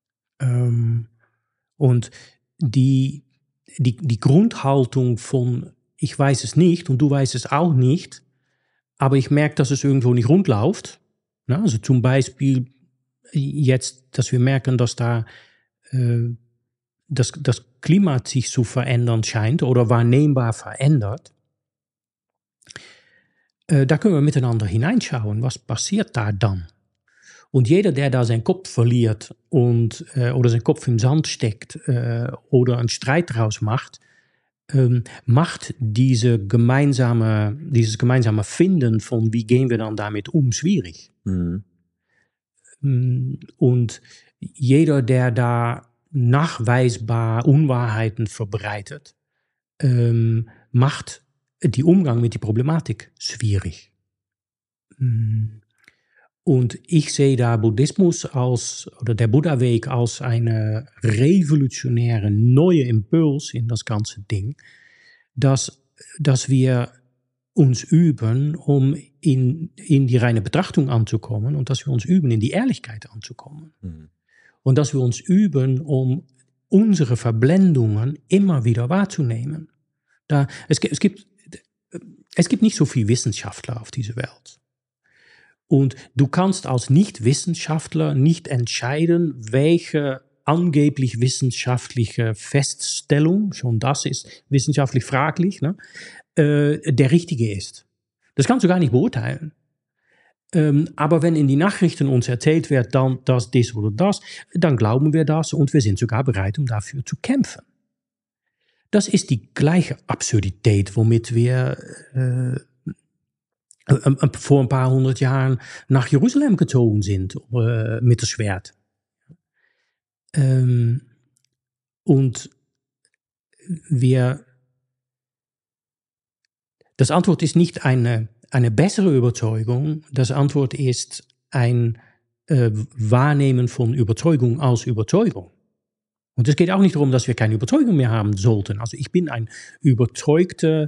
Speaker 1: Und die Grundhaltung von ich weiß es nicht und du weißt es auch nicht, aber ich merke, dass es irgendwo nicht rund läuft. Na, also zum Beispiel jetzt, dass wir merken, dass da das Klima sich zu verändern scheint oder wahrnehmbar verändert. Da können wir miteinander hineinschauen. Was passiert da dann? Und jeder, der da seinen Kopf verliert und, oder seinen Kopf im Sand steckt oder einen Streit daraus macht, macht dieses gemeinsame Finden von wie gehen wir dann damit um schwierig. Und jeder, der da nachweisbar Unwahrheiten verbreitet, macht den Umgang mit der Problematik schwierig. Und ich sehe da Buddhismus oder der Buddha-Weg als eine revolutionäre neue Impuls in das ganze Ding, dass wir uns üben, um in die reine Betrachtung anzukommen und dass wir uns üben, in die Ehrlichkeit anzukommen. Und dass wir uns üben, um unsere Verblendungen immer wieder wahrzunehmen. Es gibt nicht so viele Wissenschaftler auf dieser Welt. Und du kannst als Nicht-Wissenschaftler nicht entscheiden, welche angeblich wissenschaftliche Feststellung, schon das ist wissenschaftlich fraglich, ne, der richtige ist. Das kannst du gar nicht beurteilen. Aber wenn in die Nachrichten uns erzählt wird, dann das oder das, dann glauben wir das und wir sind sogar bereit, um dafür zu kämpfen. Das ist die gleiche Absurdität, womit wir vor ein paar hundert Jahren nach Jerusalem gezogen sind mit dem Schwert. Und das Antwort ist nicht eine bessere Überzeugung, das Antwort ist ein Wahrnehmen von Überzeugung als Überzeugung. Und es geht auch nicht darum, dass wir keine Überzeugung mehr haben sollten. Also ich bin ein überzeugter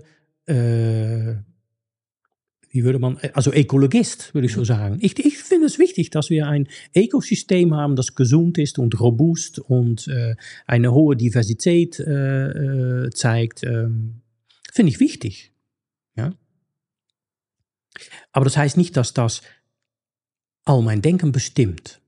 Speaker 1: Ökologist, würde ich so sagen. Ich finde es wichtig, dass wir ein Ökosystem haben, das gesund ist und robust und eine hohe Diversität zeigt. Finde ich wichtig. Ja? Aber das heißt nicht, dass das all mein Denken bestimmt.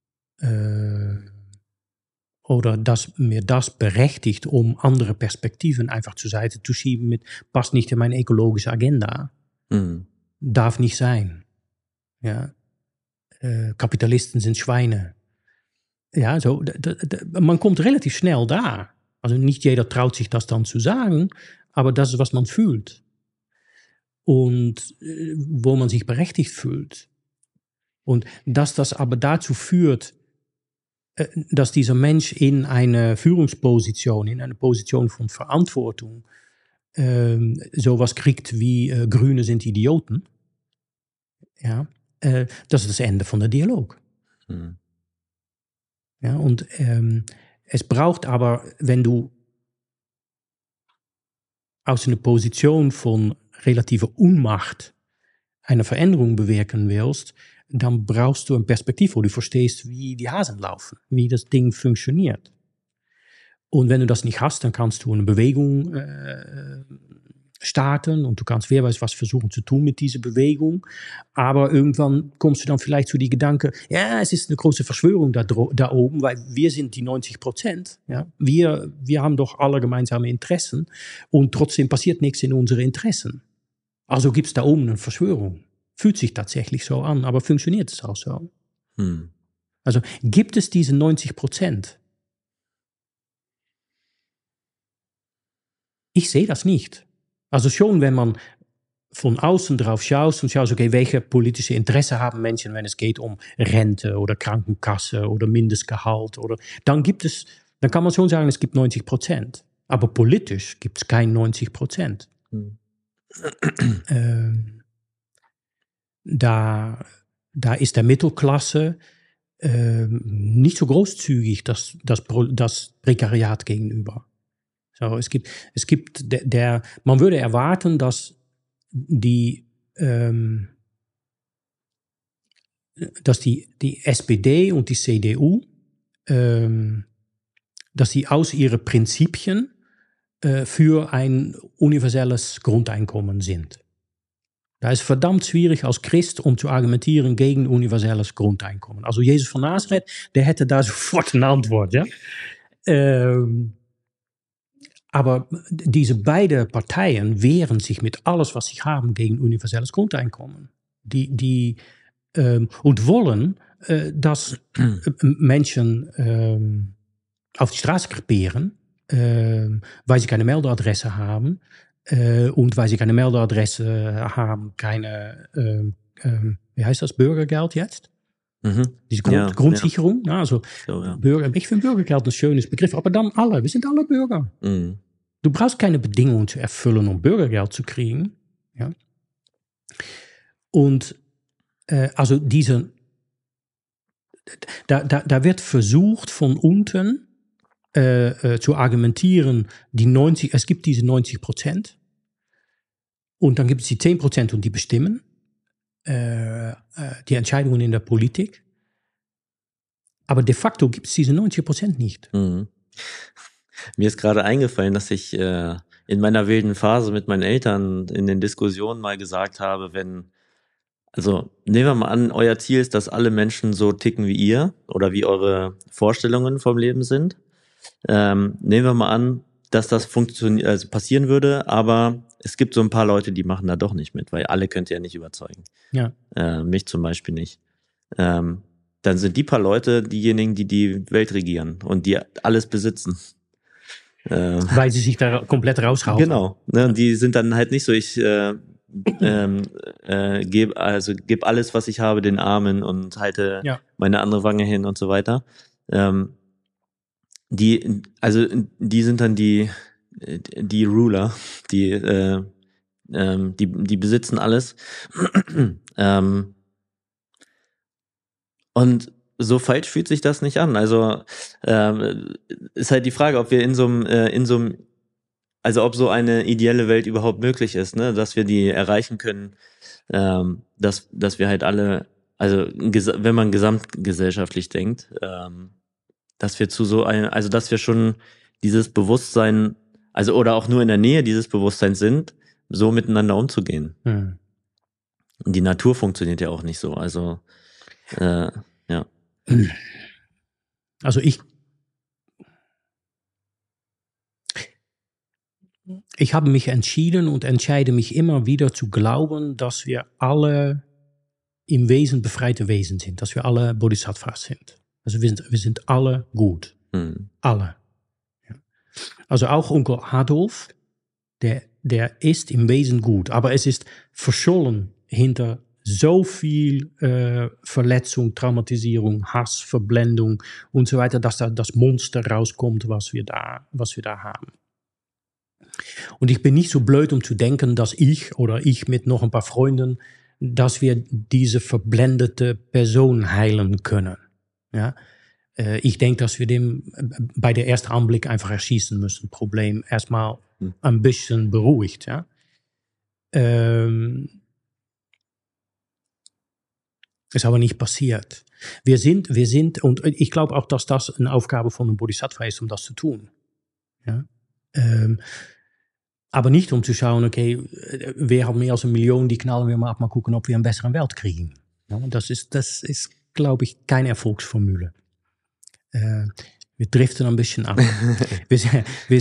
Speaker 1: Oder dass mir das berechtigt, um andere Perspektiven einfach zur Seite zu schieben mit, passt nicht in meine ökologische Agenda. Darf nicht sein. Ja. Kapitalisten sind Schweine. Ja, so, man kommt relativ schnell da. Also nicht jeder traut sich das dann zu sagen, aber das ist, was man fühlt. Und wo man sich berechtigt fühlt. Und dass das aber dazu führt, dass dieser Mensch in eine Führungsposition, in eine Position von Verantwortung, sowas kriegt wie Grüne sind Idioten, ja, das ist das Ende von der Dialog. Ja, und es braucht aber, wenn du aus einer Position von relativer Unmacht eine Veränderung bewirken willst, dann brauchst du ein Perspektiv, wo du verstehst, wie die Hasen laufen, wie das Ding funktioniert. Und wenn du das nicht hast, dann kannst du eine Bewegung starten und du kannst wer weiß was versuchen zu tun mit dieser Bewegung. Aber irgendwann kommst du dann vielleicht zu die Gedanke, ja, es ist eine große Verschwörung da oben, weil wir sind die 90%. Ja? Wir haben doch alle gemeinsame Interessen und trotzdem passiert nichts in unsere Interessen. Also gibt es da oben eine Verschwörung. Fühlt sich tatsächlich so an, aber funktioniert es auch so? Also gibt es diese 90%? Ich sehe das nicht. Also schon, wenn man von außen drauf schaut und schaut, okay, welche politische Interesse haben Menschen, wenn es geht um Rente oder Krankenkasse oder Mindestgehalt oder dann kann man schon sagen, es gibt 90%. Aber politisch gibt es kein 90%. Da ist der Mittelklasse nicht so großzügig das Prekariat gegenüber. So, man würde erwarten, dass die SPD und die CDU, dass sie aus ihren Prinzipien für ein universelles Grundeinkommen sind. Da ist verdammt schwierig als Christ, um zu argumentieren gegen universelles Grundeinkommen. Also Jesus von Nazareth, der hätte da sofort eine Antwort. Ja? Aber diese beiden Parteien wehren sich mit alles, was sie haben, gegen universelles Grundeinkommen. Und wollen, dass Menschen auf die Straße krepieren, weil sie keine Meldeadresse haben. Und weil sie keine Meldeadresse haben, keine, wie heißt das, Bürgergeld jetzt? Diese Grundsicherung. Ja. Also ich finde Bürgergeld ein schönes Begriff, aber dann alle. Wir sind alle Bürger. Du brauchst keine Bedingungen zu erfüllen, um Bürgergeld zu kriegen. Ja? Und also da wird versucht von unten zu argumentieren, es gibt diese 90%. Und dann gibt es die 10% und die bestimmen die Entscheidungen in der Politik. Aber de facto gibt es diese 90% nicht.
Speaker 2: Mhm. Mir ist gerade eingefallen, dass ich in meiner wilden Phase mit meinen Eltern in den Diskussionen mal gesagt habe, also nehmen wir mal an, euer Ziel ist, dass alle Menschen so ticken wie ihr oder wie eure Vorstellungen vom Leben sind. Nehmen wir mal an, dass das passieren würde, aber es gibt so ein paar Leute, die machen da doch nicht mit, weil alle könnt ihr ja nicht überzeugen.
Speaker 1: Ja.
Speaker 2: Mich zum Beispiel nicht. Dann sind die paar Leute diejenigen, die die Welt regieren und die alles besitzen.
Speaker 1: Weil sie sich da komplett raushauen.
Speaker 2: Genau. Ne? Die sind dann halt nicht so, ich gebe alles, was ich habe, den Armen und halte meine andere Wange hin und so weiter. Die sind dann die Ruler, die besitzen alles. Und so falsch fühlt sich das nicht an. Also ist halt die Frage, ob wir ob so eine ideelle Welt überhaupt möglich ist, ne? Dass wir die erreichen können, dass wir halt alle, also wenn man gesamtgesellschaftlich denkt, dass wir dass wir schon dieses Bewusstsein, also oder auch nur in der Nähe dieses Bewusstseins sind, so miteinander umzugehen. Und die Natur funktioniert ja auch nicht so, also ja.
Speaker 1: Also ich habe mich entschieden und entscheide mich immer wieder zu glauben, dass wir alle im Wesen befreite Wesen sind, dass wir alle Bodhisattvas sind. Also wir sind alle gut. Alle. Ja. Also auch Onkel Adolf, der ist im Wesen gut, aber es ist verschollen hinter so viel Verletzung, Traumatisierung, Hass, Verblendung und so weiter, dass da das Monster rauskommt, was wir da haben. Und ich bin nicht so blöd, um zu denken, dass ich mit noch ein paar Freunden, dass wir diese verblendete Person heilen können. Ja? Ich denke, dass wir dem bei der ersten Anblick einfach erschießen müssen. Problem erstmal ein bisschen beruhigt. Ja? Ist aber nicht passiert. Wir sind, und ich glaube auch, dass das eine Aufgabe von einem Bodhisattva ist, um das zu tun. Ja? Aber nicht um zu schauen, okay, wir haben mehr als 1 Million, die knallen wir mal ab, mal gucken, ob wir eine bessere Welt kriegen. Ja, das ist, glaube ich, keine Erfolgsformule. Wir driften ein bisschen ab. wir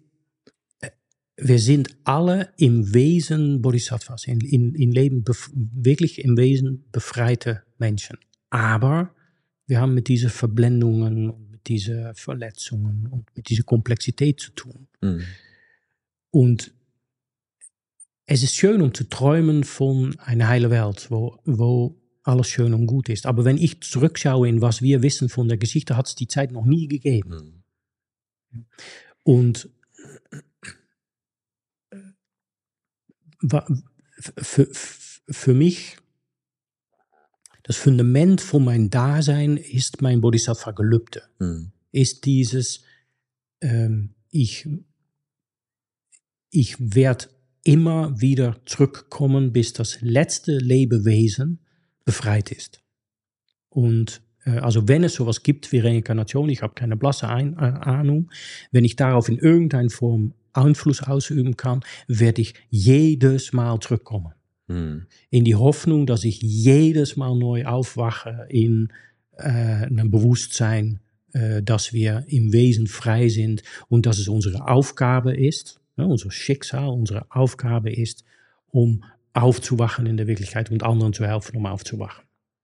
Speaker 1: sind alle im Wesen Bodhisattvas, in Leben, wirklich im Wesen befreite Menschen. Aber wir haben mit diesen Verblendungen, mit diesen Verletzungen und mit dieser Komplexität zu tun. Und es ist schön, um zu träumen von einer heilen Welt, wo alles schön und gut ist. Aber wenn ich zurückschaue in was wir wissen von der Geschichte, hat es die Zeit noch nie gegeben. Und für mich, das Fundament von mein Dasein ist mein Bodhisattva-Gelübde. Ist dieses, ich werde immer wieder zurückkommen, bis das letzte Lebewesen befreit ist. Und also wenn es sowas gibt wie Reinkarnation, ich habe keine blasse Ahnung, wenn ich darauf in irgendeiner Form Einfluss ausüben kann, werde ich jedes Mal zurückkommen. In die Hoffnung, dass ich jedes Mal neu aufwache in einem Bewusstsein, dass wir im Wesen frei sind und dass es unsere Aufgabe ist, unser Schicksal, unsere Aufgabe ist, um aufzuwachen in der Wirklichkeit und anderen zu helfen, um aufzuwachen.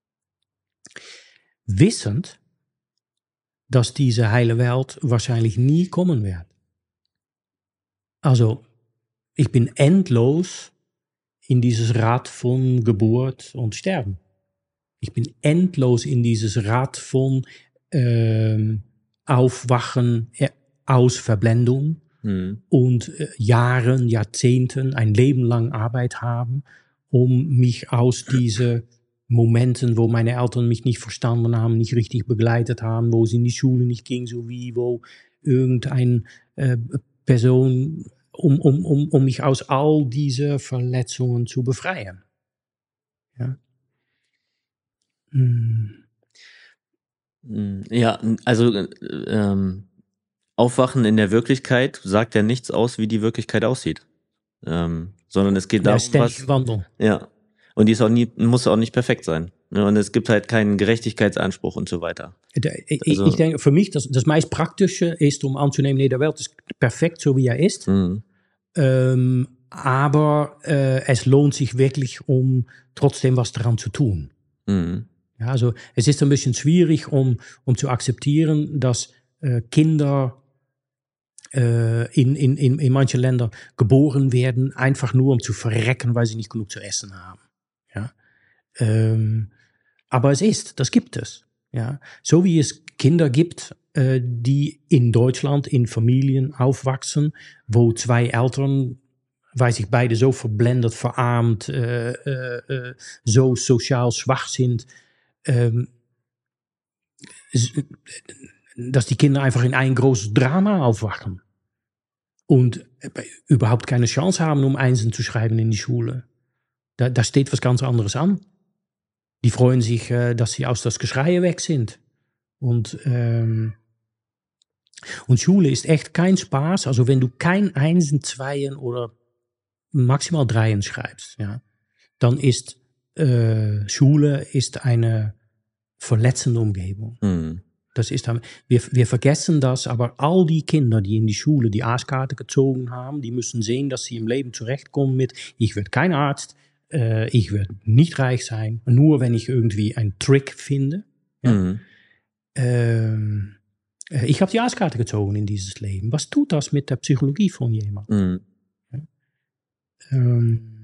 Speaker 1: Wissend, dass diese heile Welt wahrscheinlich nie kommen wird. Also, ich bin endlos in dieses Rad von Geburt und Sterben. Ich bin endlos in dieses Rad von Aufwachen aus Verblendung und Jahren, Jahrzehnten, ein Leben lang Arbeit haben, um mich aus diese Momenten, wo meine Eltern mich nicht verstanden haben, nicht richtig begleitet haben, wo es in die Schule nicht ging, so wie wo irgendeine Person, um mich aus all diese Verletzungen zu befreien. Ja.
Speaker 2: Ja, also Aufwachen in der Wirklichkeit sagt ja nichts aus, wie die Wirklichkeit aussieht. Sondern es geht darum, was...
Speaker 1: Wandel.
Speaker 2: Ja. Und die ist auch muss auch nicht perfekt sein. Ne? Und es gibt halt keinen Gerechtigkeitsanspruch und so weiter.
Speaker 1: Ich denke, für mich, das meist Praktische ist, um anzunehmen, nee, der Welt ist perfekt, so wie er ist. Aber es lohnt sich wirklich, um trotzdem was daran zu tun. Ja, also es ist ein bisschen schwierig, um zu akzeptieren, dass Kinder in manchen Ländern geboren werden, einfach nur um zu verrecken, weil sie nicht genug zu essen haben. Ja? Aber das gibt es. Ja? So wie es Kinder gibt, die in Deutschland in Familien aufwachsen, wo zwei Eltern, weiß ich, beide so verblendet, verarmt, so sozial schwach sind, dass die Kinder einfach in ein großes Drama aufwachen und überhaupt keine Chance haben, um Einsen zu schreiben in die Schule. Da steht was ganz anderes an. Die freuen sich, dass sie aus das Geschreie weg sind. Und Schule ist echt kein Spaß. Also wenn du kein Einsen, Zweien oder maximal Dreien schreibst, ja, dann ist Schule ist eine verletzende Umgebung. Das ist, wir vergessen das, aber all die Kinder, die in die Schule die Arschkarte gezogen haben, die müssen sehen, dass sie im Leben zurechtkommen mit, ich werde kein Arzt, ich werde nicht reich sein, nur wenn ich irgendwie einen Trick finde. Ja. Ich habe die Arschkarte gezogen in dieses Leben. Was tut das mit der Psychologie von jemandem? Ja.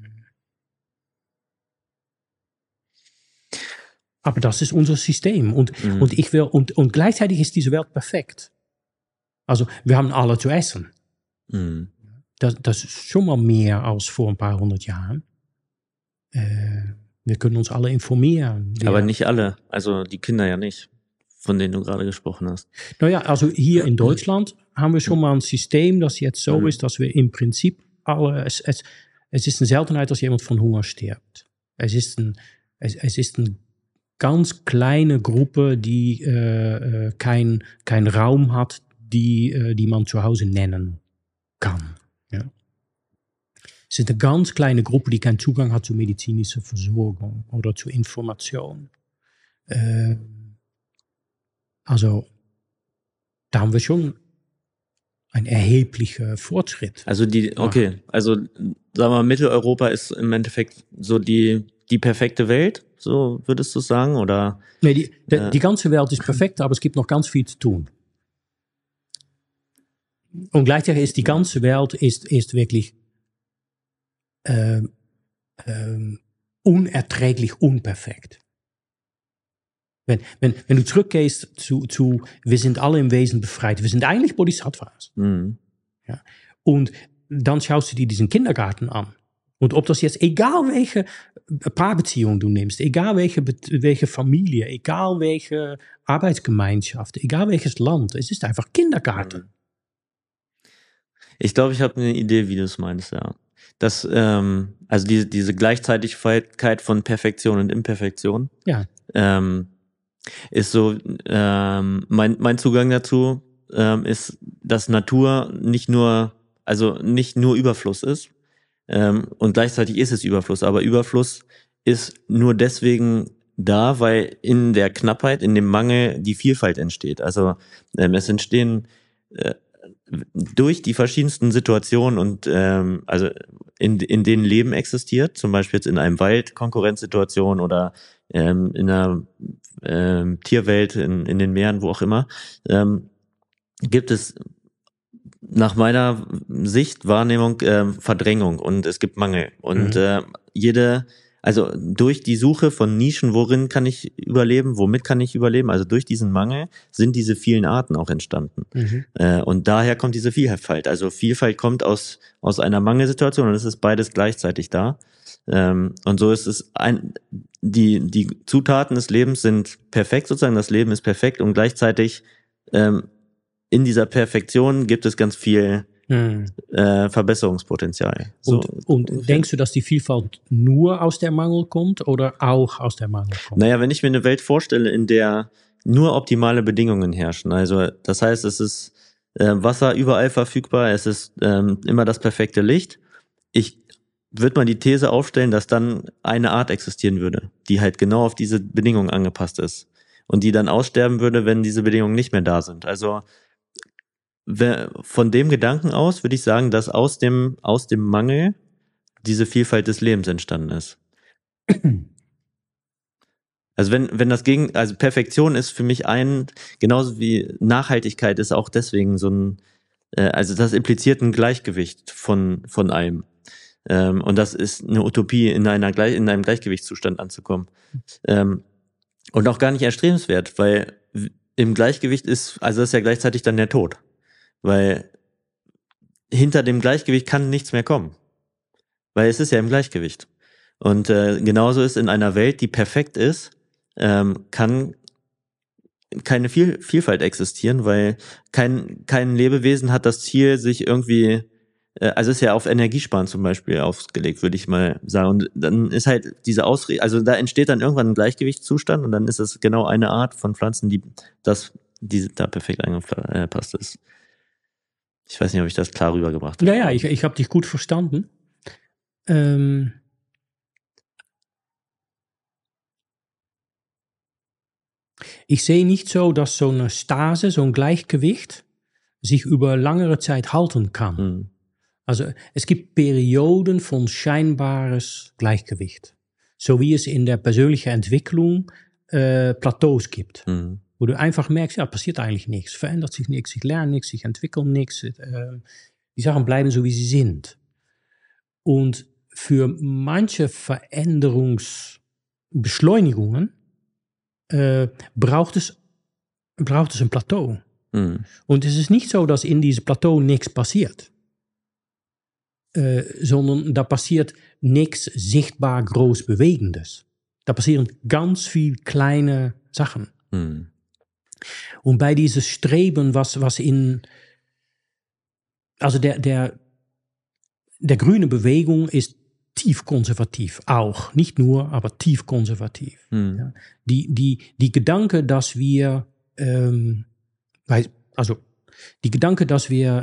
Speaker 1: Aber das ist unser System. Und gleichzeitig ist diese Welt perfekt. Also, wir haben alle zu essen. Das ist schon mal mehr als vor ein paar hundert Jahren. Wir können uns alle informieren.
Speaker 2: Aber nicht alle. Also, die Kinder ja nicht, von denen du gerade gesprochen hast.
Speaker 1: Naja, also hier in Deutschland haben wir schon mal ein System, das jetzt so ist, dass wir im Prinzip alle, es ist eine Seltenheit, dass jemand von Hunger stirbt. Es ist eine ganz kleine Gruppe, die kein Raum hat, die man zu Hause nennen kann. Ja. Es ist eine ganz kleine Gruppe, die keinen Zugang hat zu medizinischer Versorgung oder zu Information. Also, da haben wir schon einen erheblichen Fortschritt.
Speaker 2: Also also sagen wir mal, Mitteleuropa ist im Endeffekt so die perfekte Welt, so würdest du sagen, oder?
Speaker 1: Nee, die ganze Welt ist perfekt, aber es gibt noch ganz viel zu tun. Und gleichzeitig ist die ganze Welt ist wirklich unerträglich unperfekt. Wenn du zurückgehst zu wir sind alle im Wesen befreit, wir sind eigentlich Bodhisattvas. Ja. Und dann schaust du dir diesen Kindergarten an Und ob das jetzt, egal welche Paarbeziehung du nimmst, egal welche Familie, egal welche Arbeitsgemeinschaft, egal welches Land, es ist einfach Kindergarten.
Speaker 2: Ich glaube, ich habe eine Idee, wie du es meinst, ja. Das, also diese Gleichzeitigkeit von Perfektion und Imperfektion,
Speaker 1: Ja.
Speaker 2: ist so, mein Zugang dazu, ist, dass Natur nicht nur Überfluss ist, und gleichzeitig ist es Überfluss, aber Überfluss ist nur deswegen da, weil in der Knappheit, in dem Mangel die Vielfalt entsteht. Also es entstehen durch die verschiedensten Situationen und also in denen Leben existiert, zum Beispiel jetzt in einem Wald Konkurrenzsituation oder in einer Tierwelt, in den Meeren, wo auch immer, gibt es nach meiner Sicht, Wahrnehmung, Verdrängung und es gibt Mangel. Und also durch die Suche von Nischen, worin kann ich überleben, womit kann ich überleben, also durch diesen Mangel sind diese vielen Arten auch entstanden. Und daher kommt diese Vielfalt. Also Vielfalt kommt aus einer Mangelsituation und es ist beides gleichzeitig da. Und so ist es die Zutaten des Lebens sind perfekt sozusagen, das Leben ist perfekt und gleichzeitig in dieser Perfektion gibt es ganz viel Verbesserungspotenzial. So,
Speaker 1: und denkst du, dass die Vielfalt nur aus der Mangel kommt oder auch aus der Mangel kommt?
Speaker 2: Naja, wenn ich mir eine Welt vorstelle, in der nur optimale Bedingungen herrschen, also das heißt, es ist Wasser überall verfügbar, es ist immer das perfekte Licht. Ich würde mal die These aufstellen, dass dann eine Art existieren würde, die halt genau auf diese Bedingungen angepasst ist und die dann aussterben würde, wenn diese Bedingungen nicht mehr da sind. Also von dem Gedanken aus würde ich sagen, dass aus dem Mangel diese Vielfalt des Lebens entstanden ist. Also wenn das also Perfektion ist für mich genauso wie Nachhaltigkeit ist auch deswegen so ein, also das impliziert ein Gleichgewicht von allem. Und das ist eine Utopie, in einem Gleichgewichtszustand anzukommen. Und auch gar nicht erstrebenswert, weil im Gleichgewicht das ist ja gleichzeitig dann der Tod. Weil hinter dem Gleichgewicht kann nichts mehr kommen. Weil es ist ja im Gleichgewicht. Und genauso ist in einer Welt, die perfekt ist, kann keine Vielfalt existieren, weil kein Lebewesen hat das Ziel, sich irgendwie, also ist ja auf Energiesparen zum Beispiel ausgelegt, würde ich mal sagen. Und dann ist halt diese Ausrede, also da entsteht dann irgendwann ein Gleichgewichtszustand und dann ist es genau eine Art von Pflanzen, die da perfekt angepasst ist. Ich weiß nicht, ob ich das klar rübergebracht habe.
Speaker 1: Ja, ich habe dich gut verstanden. Ich sehe nicht so, dass so eine Stase, so ein Gleichgewicht sich über langere Zeit halten kann. Also es gibt Perioden von scheinbares Gleichgewicht. So wie es in der persönlichen Entwicklung Plateaus gibt. Wo du einfach merkst, ja, passiert eigentlich nichts, verändert sich nichts, ich lerne nichts, ich entwickle nichts. Die Sachen bleiben so, wie sie sind. Und für manche Veränderungsbeschleunigungen braucht es ein Plateau. Und es ist nicht so, dass in diesem Plateau nichts passiert. Sondern da passiert nichts sichtbar groß Bewegendes. Da passieren ganz viel kleine Sachen. Und bei dieses Streben, was also der grüne Bewegung ist tief konservativ, auch, nicht nur, aber tief konservativ. Ja. Die Gedanke, dass wir, die Gedanke, dass wir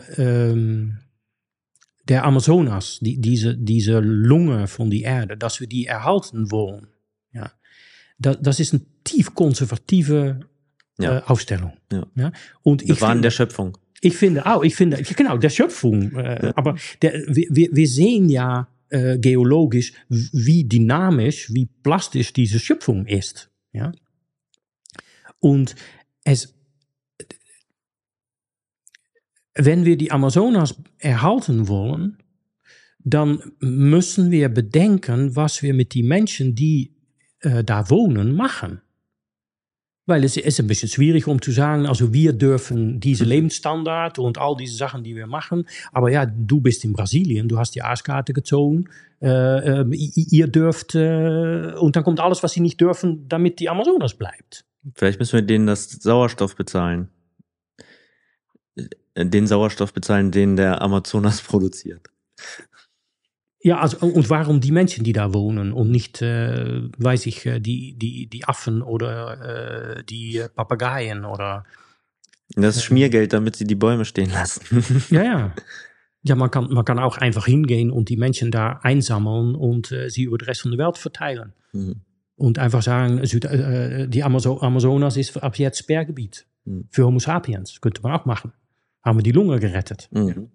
Speaker 1: der Amazonas, diese Lunge von die Erde, dass wir die erhalten wollen, ja, das ist eine tief konservative Aufstellung. Ja. Und
Speaker 2: Bewahren der Schöpfung.
Speaker 1: Ich finde, genau, der Schöpfung. Aber wir sehen ja geologisch, wie dynamisch, wie plastisch diese Schöpfung ist. Ja? Und wenn wir die Amazonas erhalten wollen, dann müssen wir bedenken, was wir mit den Menschen, die da wohnen, machen. Weil es ist ein bisschen schwierig, um zu sagen, also wir dürfen diese Lebensstandard und all diese Sachen, die wir machen, aber ja, du bist in Brasilien, du hast die Arschkarte gezogen, ihr dürft, und dann kommt alles, was sie nicht dürfen, damit die Amazonas bleibt.
Speaker 2: Vielleicht müssen wir denen das Sauerstoff bezahlen. Den Sauerstoff bezahlen, den der Amazonas produziert.
Speaker 1: Ja, also, und warum die Menschen, die da wohnen und nicht, weiß ich, die Affen oder die Papageien oder.
Speaker 2: Das ist Schmiergeld, damit sie die Bäume stehen lassen.
Speaker 1: Ja. Ja, man kann auch einfach hingehen und die Menschen da einsammeln und sie über den Rest von der Welt verteilen.
Speaker 2: Mhm.
Speaker 1: Und einfach sagen, die Amazonas ist ab jetzt Sperrgebiet für Homo sapiens. Könnte man auch machen. Haben wir die Lunge gerettet.
Speaker 2: Mhm.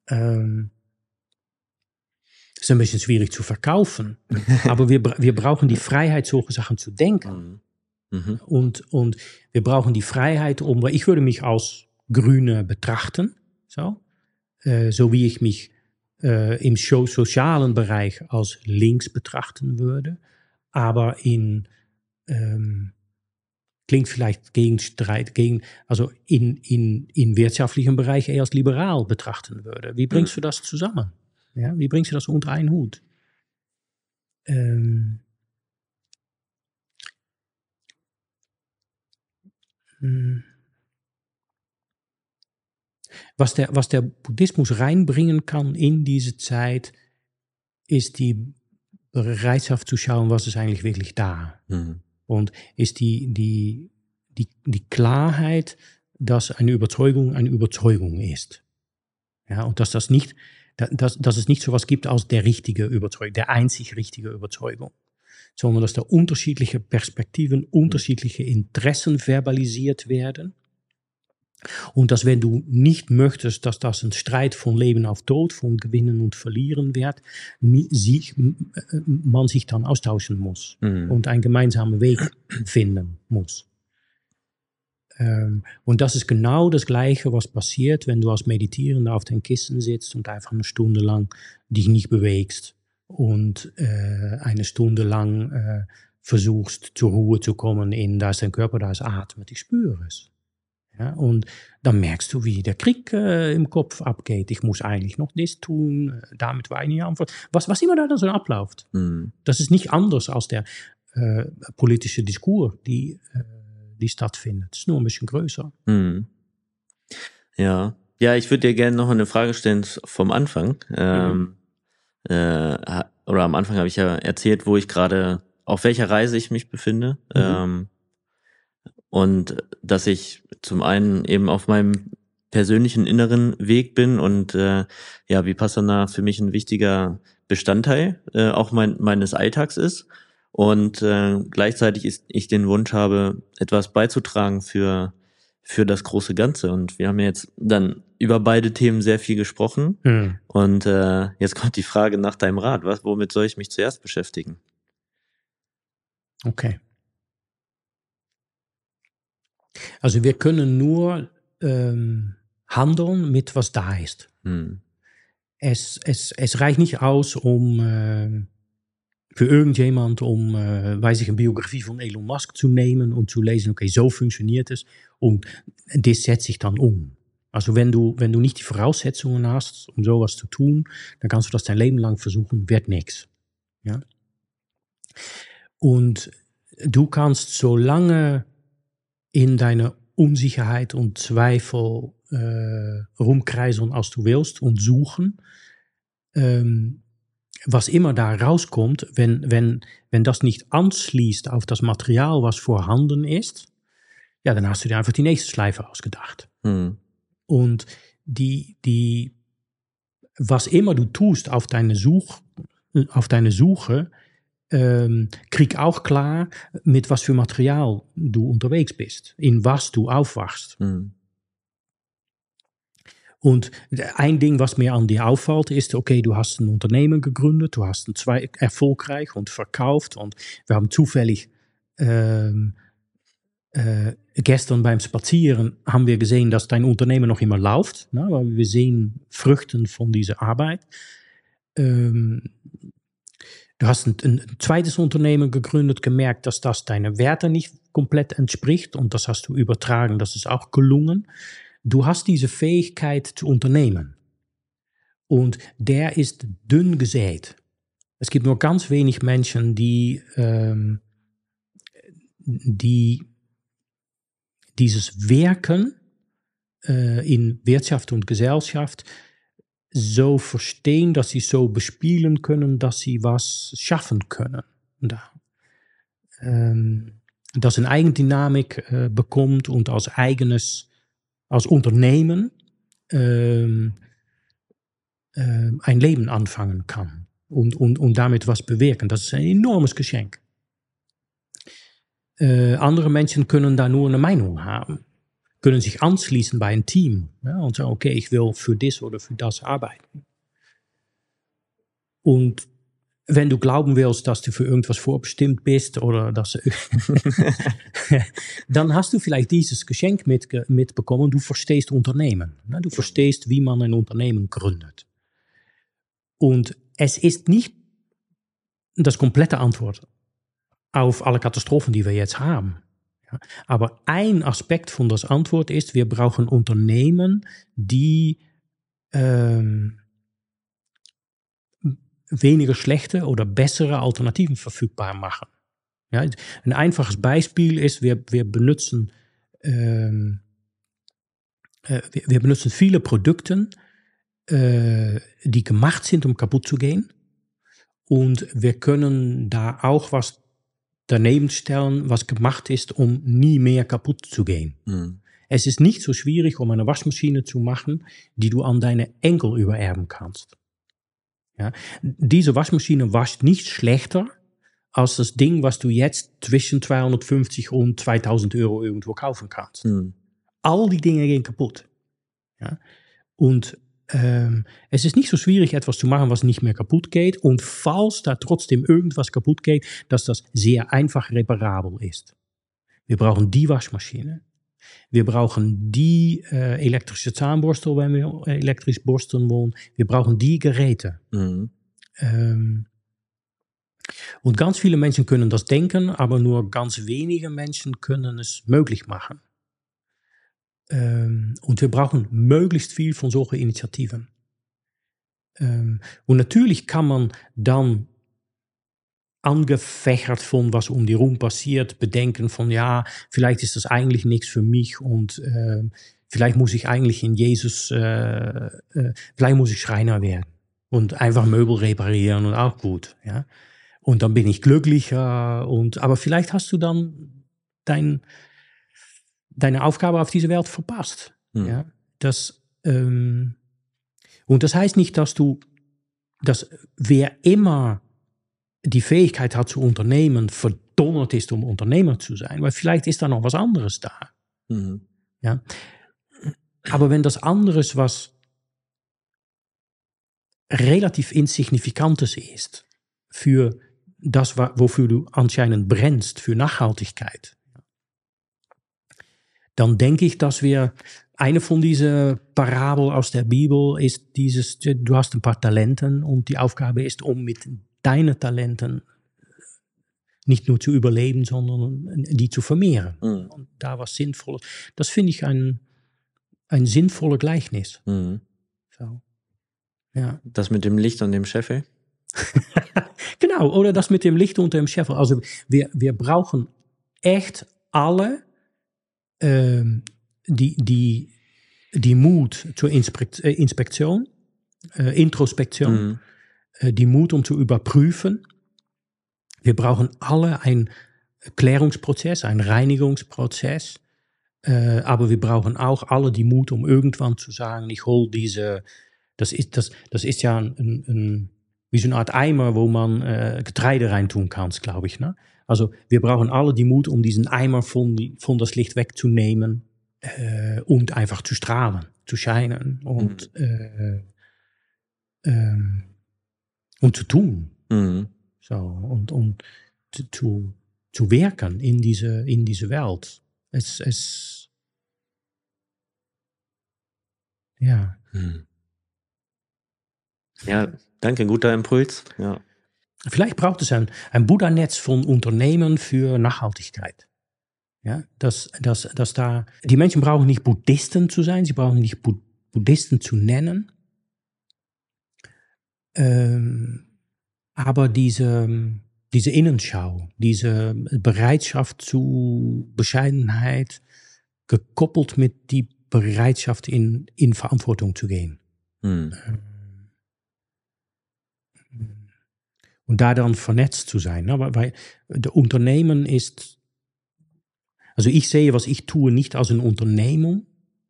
Speaker 1: Ist ein bisschen schwierig zu verkaufen. Aber wir brauchen die Freiheit, solche Sachen zu denken.
Speaker 2: Mhm.
Speaker 1: Und wir brauchen die Freiheit, ich würde mich als Grüne betrachten, so wie ich mich im sozialen Bereich als links betrachten würde, aber klingt vielleicht also in wirtschaftlichen Bereich eher als liberal betrachten würde. Wie bringst du das zusammen? Ja, wie bringst du das unter einen Hut? Was der Buddhismus reinbringen kann in diese Zeit, ist die Bereitschaft zu schauen, was ist eigentlich wirklich da.
Speaker 2: Mhm.
Speaker 1: Und ist die Klarheit, dass eine Überzeugung ist. Ja, und dass es nicht so etwas gibt als der richtige Überzeugung, der einzig richtige Überzeugung. Sondern dass da unterschiedliche Perspektiven, unterschiedliche Interessen verbalisiert werden. Und dass, wenn du nicht möchtest, dass das ein Streit von Leben auf Tod, von Gewinnen und Verlieren wird, man sich dann austauschen muss und einen gemeinsamen Weg finden muss. Und das ist genau das Gleiche, was passiert, wenn du als Meditierender auf dein Kissen sitzt und einfach eine Stunde lang dich nicht bewegst und eine Stunde lang versuchst, zur Ruhe zu kommen da ist dein Körper, da ist Atmen, ich spüre es. Ja, und dann merkst du, wie der Krieg im Kopf abgeht. Ich muss eigentlich noch das tun, damit war ich nicht antworten. Was immer da dann so abläuft. Das ist nicht anders als der politische Diskurs, die stattfindet. Es ist nur ein bisschen größer.
Speaker 2: Ja, ich würde dir gerne noch eine Frage stellen vom Anfang. Oder am Anfang habe ich ja erzählt, wo ich gerade, auf welcher Reise ich mich befinde. Und dass ich zum einen eben auf meinem persönlichen inneren Weg bin und Vipassana für mich ein wichtiger Bestandteil auch meines Alltags ist. Und gleichzeitig ich den Wunsch habe, etwas beizutragen für das große Ganze. Und wir haben jetzt dann über beide Themen sehr viel gesprochen. Und jetzt kommt die Frage nach deinem Rat. Womit soll ich mich zuerst beschäftigen?
Speaker 1: Okay. Also wir können nur handeln mit was da ist. Es reicht nicht aus, für irgendjemand weiß ich, eine Biografie von Elon Musk zu nehmen und zu lesen, okay, so funktioniert es und das setzt sich dann um. Also wenn du nicht die Voraussetzungen hast, um sowas zu tun, dann kannst du das dein Leben lang versuchen, wird nichts. Ja? Und du kannst so lange in deiner Unsicherheit und Zweifel rumkreiseln, als du willst und suchen. Was immer da rauskommt, wenn das nicht anschließt auf das Material, was vorhanden ist, ja, dann hast du dir einfach die nächste Schleife ausgedacht. Und was immer du tust auf deine Suche, krieg auch klar, mit was für Material du unterwegs bist, in was du aufwachst. Und ein Ding, was mir an dir auffällt, ist, okay, du hast ein Unternehmen gegründet, du hast erfolgreich und verkauft und wir haben zufällig gestern beim Spazieren haben wir gesehen, dass dein Unternehmen noch immer läuft, ne, weil wir sehen Früchten von dieser Arbeit. Du hast ein zweites Unternehmen gegründet, gemerkt, dass das deine Werte nicht komplett entspricht, und das hast du übertragen, das ist auch gelungen. Du hast diese Fähigkeit zu unternehmen. Und der ist dünn gesät. Es gibt nur ganz wenig Menschen, die dieses Werken in Wirtschaft und Gesellschaft so verstehen, dass sie so bespielen können, dass sie was schaffen können. Das eine Eigendynamik bekommt und als Unternehmen ein Leben anfangen kann und damit was bewirken. Das ist ein enormes Geschenk. Andere Menschen können da nur eine Meinung haben, können sich anschließen bei einem Team, ja, und sagen, okay, ich will für das oder für das arbeiten. Und wenn du glauben willst, dass du für irgendwas vorbestimmt bist oder dass dann hast du vielleicht dieses Geschenk mitbekommen. Du verstehst Unternehmen. Ne? Du verstehst, wie man ein Unternehmen gründet. Und es ist nicht das komplette Antwort auf alle Katastrophen, die wir jetzt haben. Ja? Aber ein Aspekt von das Antwort ist, wir brauchen Unternehmen, die weniger schlechte oder bessere Alternativen verfügbar machen. Ja, ein einfaches Beispiel ist, wir benutzen viele Produkte, die gemacht sind, um kaputt zu gehen. Und wir können da auch was daneben stellen, was gemacht ist, um nie mehr kaputt zu gehen. Mhm. Es ist nicht so schwierig, um eine Waschmaschine zu machen, die du an deine Enkel übererben kannst. Ja? Diese Waschmaschine wascht nicht schlechter als das Ding, was du jetzt zwischen 250 und 2000 Euro irgendwo kaufen kannst. Mhm. All die Dinge gehen kaputt. Ja? Und es ist nicht so schwierig, etwas zu machen, was nicht mehr kaputt geht. Und falls da trotzdem irgendwas kaputt geht, dass das sehr einfach reparabel ist. Wir brauchen die Waschmaschine. Wir brauchen die elektrische Zahnborstel, wenn wir elektrisch borsteln wollen. Wir brauchen die Geräte. Mhm. Und ganz viele Menschen können das denken, aber nur ganz wenige Menschen können es möglich machen. Und wir brauchen möglichst viel von solchen Initiativen. Und natürlich kann man dann angefächert von was um die rum passiert, bedenken von ja, vielleicht ist das eigentlich nichts für mich und vielleicht muss ich eigentlich in Jesus, vielleicht muss ich Schreiner werden und einfach Möbel reparieren und auch gut, ja. Und dann bin ich glücklicher aber vielleicht hast du dann deine Aufgabe auf diese Welt verpasst. Mhm. Ja? Und das heißt nicht, dass wer immer die Fähigkeit hat zu unternehmen, verdonnert ist, um Unternehmer zu sein, weil vielleicht ist da noch was anderes da. Mhm. Ja? Aber wenn das anderes was relativ Insignifikantes ist für das, wofür du anscheinend brennst, für Nachhaltigkeit, dann denke ich, dass eine von diesen Parabel aus der Bibel ist dieses, du hast ein paar Talenten und die Aufgabe ist, um mit deinen Talenten nicht nur zu überleben, sondern die zu vermehren. Mhm. Und da was Sinnvolles. Das finde ich ein sinnvoller Gleichnis. Mhm. So. Ja.
Speaker 2: Das mit dem Licht und dem Scheffel?
Speaker 1: Genau, oder das mit dem Licht und dem Scheffel. Also wir brauchen echt alle die Mut zur Introspektion, die Mut, um zu überprüfen. Wir brauchen alle einen Klärungsprozess, einen Reinigungsprozess, aber wir brauchen auch alle die Mut, um irgendwann zu sagen, ich hole das ist ja wie so eine Art Eimer, wo man Getreide reintun kann, glaube ich, ne? Also wir brauchen alle die Mut, um diesen Eimer von das Licht wegzunehmen und einfach zu strahlen, zu scheinen und zu tun. Mhm. So, und zu wirken in diese Welt. Ja. Mhm.
Speaker 2: Ja, danke, guter Impuls. Ja.
Speaker 1: Vielleicht braucht es ein Buddha-Netz von Unternehmen für Nachhaltigkeit. Ja, dass da, die Menschen brauchen nicht Buddhisten zu sein, sie brauchen nicht Buddhisten zu nennen, aber diese Innenschau, diese Bereitschaft zu Bescheidenheit, gekoppelt mit die Bereitschaft in Verantwortung zu gehen.
Speaker 2: Hm.
Speaker 1: Und da dann vernetzt zu sein. Ne? Weil der Unternehmen ist, also ich sehe, was ich tue, nicht als eine Unternehmung,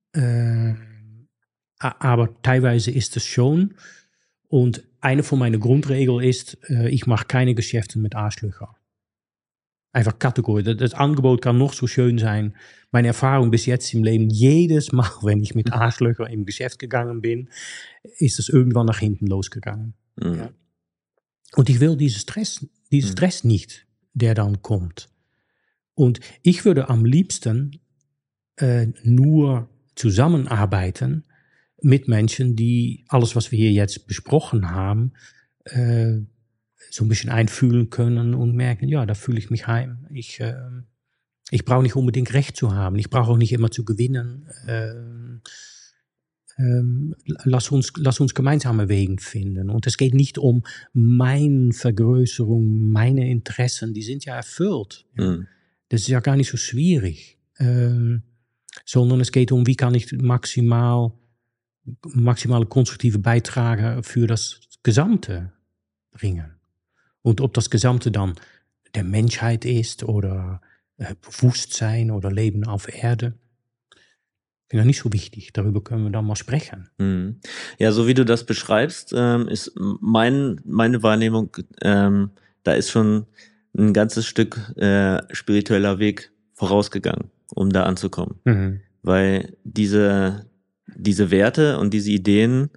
Speaker 1: aber teilweise ist es schon. Und eine von meinen Grundregeln ist, ich mache keine Geschäfte mit Arschlöcher. Einfach Kategorie. Das Angebot kann noch so schön sein. Meine Erfahrung bis jetzt im Leben, jedes Mal, wenn ich mit Arschlöcher im Geschäft gegangen bin, ist es irgendwann nach hinten losgegangen.
Speaker 2: Mhm.
Speaker 1: Ja. Und ich will diesen Stress nicht, der dann kommt. Und ich würde am liebsten nur zusammenarbeiten mit Menschen, die alles, was wir hier jetzt besprochen haben, so ein bisschen einfühlen können und merken, ja, da fühle ich mich heim. Ich brauche nicht unbedingt Recht zu haben. Ich brauche auch nicht immer zu gewinnen. Lass uns gemeinsame Wege finden. Und es geht nicht um meine Vergrößerung, meine Interessen, die sind ja erfüllt.
Speaker 2: Mhm.
Speaker 1: Das ist ja gar nicht so schwierig. Sondern es geht um, wie kann ich maximale konstruktive Beiträge für das Gesamte bringen. Und ob das Gesamte dann der Menschheit ist oder Bewusstsein oder Leben auf Erde, finde ich nicht so wichtig. Darüber können wir dann mal sprechen.
Speaker 2: Mhm. Ja, so wie du das beschreibst, ist meine Wahrnehmung, da ist schon ein ganzes Stück spiritueller Weg vorausgegangen, um da anzukommen.
Speaker 1: Mhm.
Speaker 2: Weil diese Werte und diese Ideen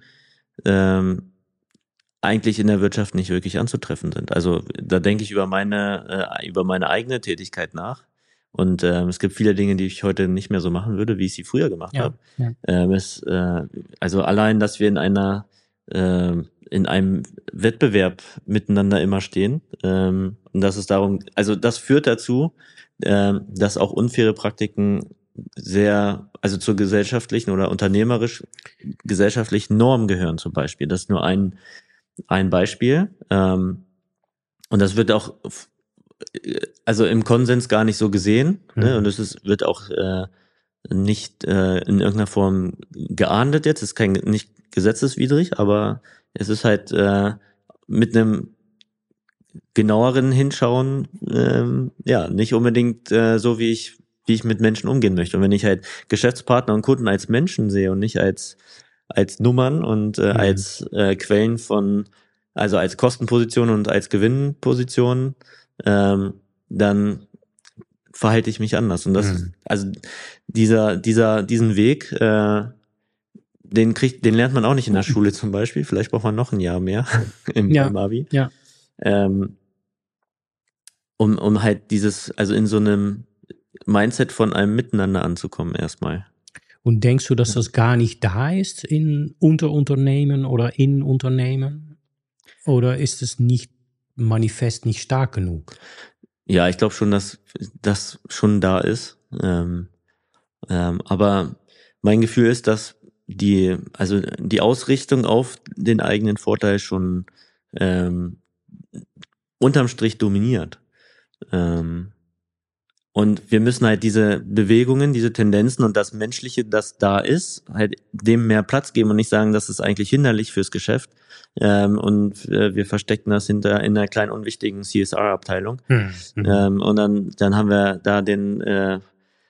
Speaker 2: eigentlich in der Wirtschaft nicht wirklich anzutreffen sind. Also da denke ich über meine eigene Tätigkeit nach. Und es gibt viele Dinge, die ich heute nicht mehr so machen würde, wie ich sie früher gemacht habe. Ja. Also allein, dass wir in einem Wettbewerb miteinander immer stehen. Und dass es darum, also das führt dazu, dass auch unfaire Praktiken also zur gesellschaftlichen oder unternehmerisch gesellschaftlichen Norm gehören zum Beispiel. Das ist nur ein Beispiel. Und das wird auch also im Konsens gar nicht so gesehen. Ne? Und es wird auch nicht in irgendeiner Form geahndet jetzt. Es ist nicht gesetzeswidrig, aber es ist halt mit einem genaueren Hinschauen nicht unbedingt so, wie ich mit Menschen umgehen möchte. Und wenn ich halt Geschäftspartner und Kunden als Menschen sehe und nicht als Nummern und als Quellen von, also als Kostenpositionen und als Gewinnpositionen, dann verhalte ich mich anders. Und das, also diesen Weg, den lernt man auch nicht in der Schule zum Beispiel. Vielleicht braucht man noch ein Jahr mehr im Abi.
Speaker 1: Ja.
Speaker 2: Um halt also in so einem Mindset von einem Miteinander anzukommen erstmal.
Speaker 1: Und denkst du, dass das gar nicht da ist in Unterunternehmen oder in Unternehmen? Oder ist es nicht manifest nicht stark genug?
Speaker 2: Ja, ich glaube schon, dass das schon da ist. Aber mein Gefühl ist, dass die Ausrichtung auf den eigenen Vorteil schon unterm Strich dominiert. Und wir müssen halt diese Bewegungen, diese Tendenzen und das Menschliche, das da ist, halt dem mehr Platz geben und nicht sagen, das ist eigentlich hinderlich fürs Geschäft. Und wir verstecken das hinter in einer kleinen unwichtigen CSR-Abteilung. Und dann haben wir da dem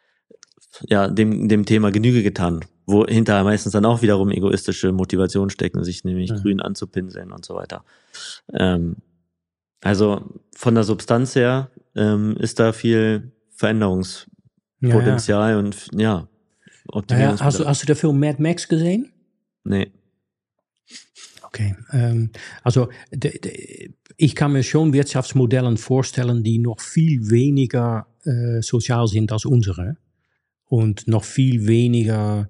Speaker 2: Thema Genüge getan, wo hinterher meistens dann auch wiederum egoistische Motivation stecken, sich nämlich grün anzupinseln und so weiter. Also von der Substanz her ist da viel Veränderungspotenzial und Optimierungspotenzial.
Speaker 1: Hast du der Film Mad Max gesehen?
Speaker 2: Nee.
Speaker 1: Okay, also ich kann mir schon Wirtschaftsmodellen vorstellen, die noch viel weniger sozial sind als unsere und noch viel weniger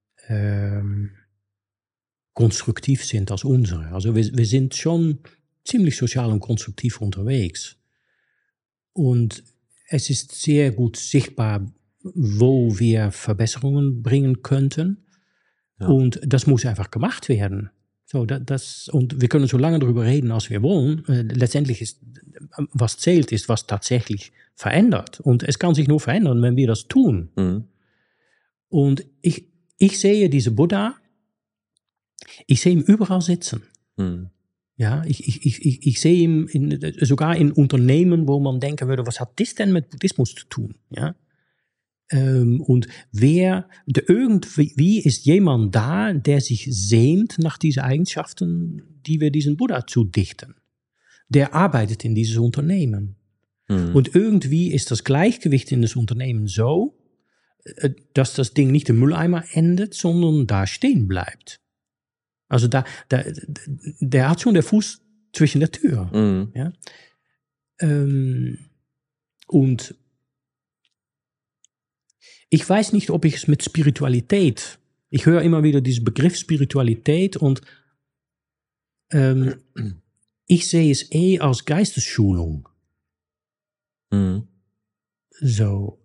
Speaker 1: konstruktiv sind als unsere. Also wir sind schon ziemlich sozial und konstruktiv unterwegs. Und es ist sehr gut sichtbar, wo wir Verbesserungen bringen könnten. Ja. Und das muss einfach gemacht werden. So, und wir können so lange darüber reden, als wir wollen. Letztendlich ist, was zählt, ist, was tatsächlich verändert. Und es kann sich nur verändern, wenn wir das tun. Mhm. Und ich sehe diese Buddha, ich sehe ihn überall sitzen. Mhm. Ja, ich sehe ihn sogar in Unternehmen, wo man denken würde, was hat das denn mit Buddhismus zu tun? Ja. Und irgendwie ist jemand da, der sich sehnt nach diesen Eigenschaften, die wir diesem Buddha zudichten. Der arbeitet in dieses Unternehmen. Mhm. Und irgendwie ist das Gleichgewicht in das Unternehmen so, dass das Ding nicht im Mülleimer endet, sondern da stehen bleibt. Also der hat schon den Fuß zwischen der Tür. Mhm. Ja? Und ich weiß nicht, ob ich es mit Spiritualität, ich höre immer wieder diesen Begriff Spiritualität und ich sehe es als Geistesschulung. Mhm. So,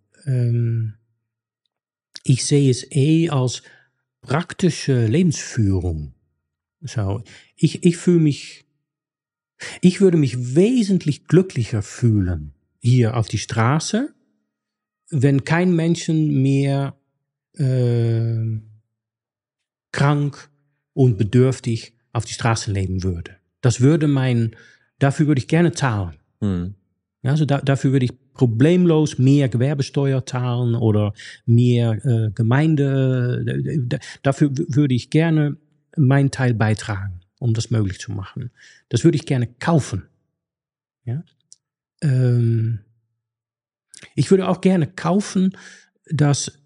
Speaker 1: ich sehe es als praktische Lebensführung. So, ich würde mich wesentlich glücklicher fühlen hier auf die Straße, wenn kein Menschen mehr krank und bedürftig auf die Straße leben würde. Dafür würde ich gerne zahlen. Mhm. Ja, also dafür würde ich problemlos mehr Gewerbesteuer zahlen oder mehr Gemeinde. Dafür würde ich gerne meinen Teil beitragen, um das möglich zu machen. Das würde ich gerne kaufen. Ja? Ich würde auch gerne kaufen, dass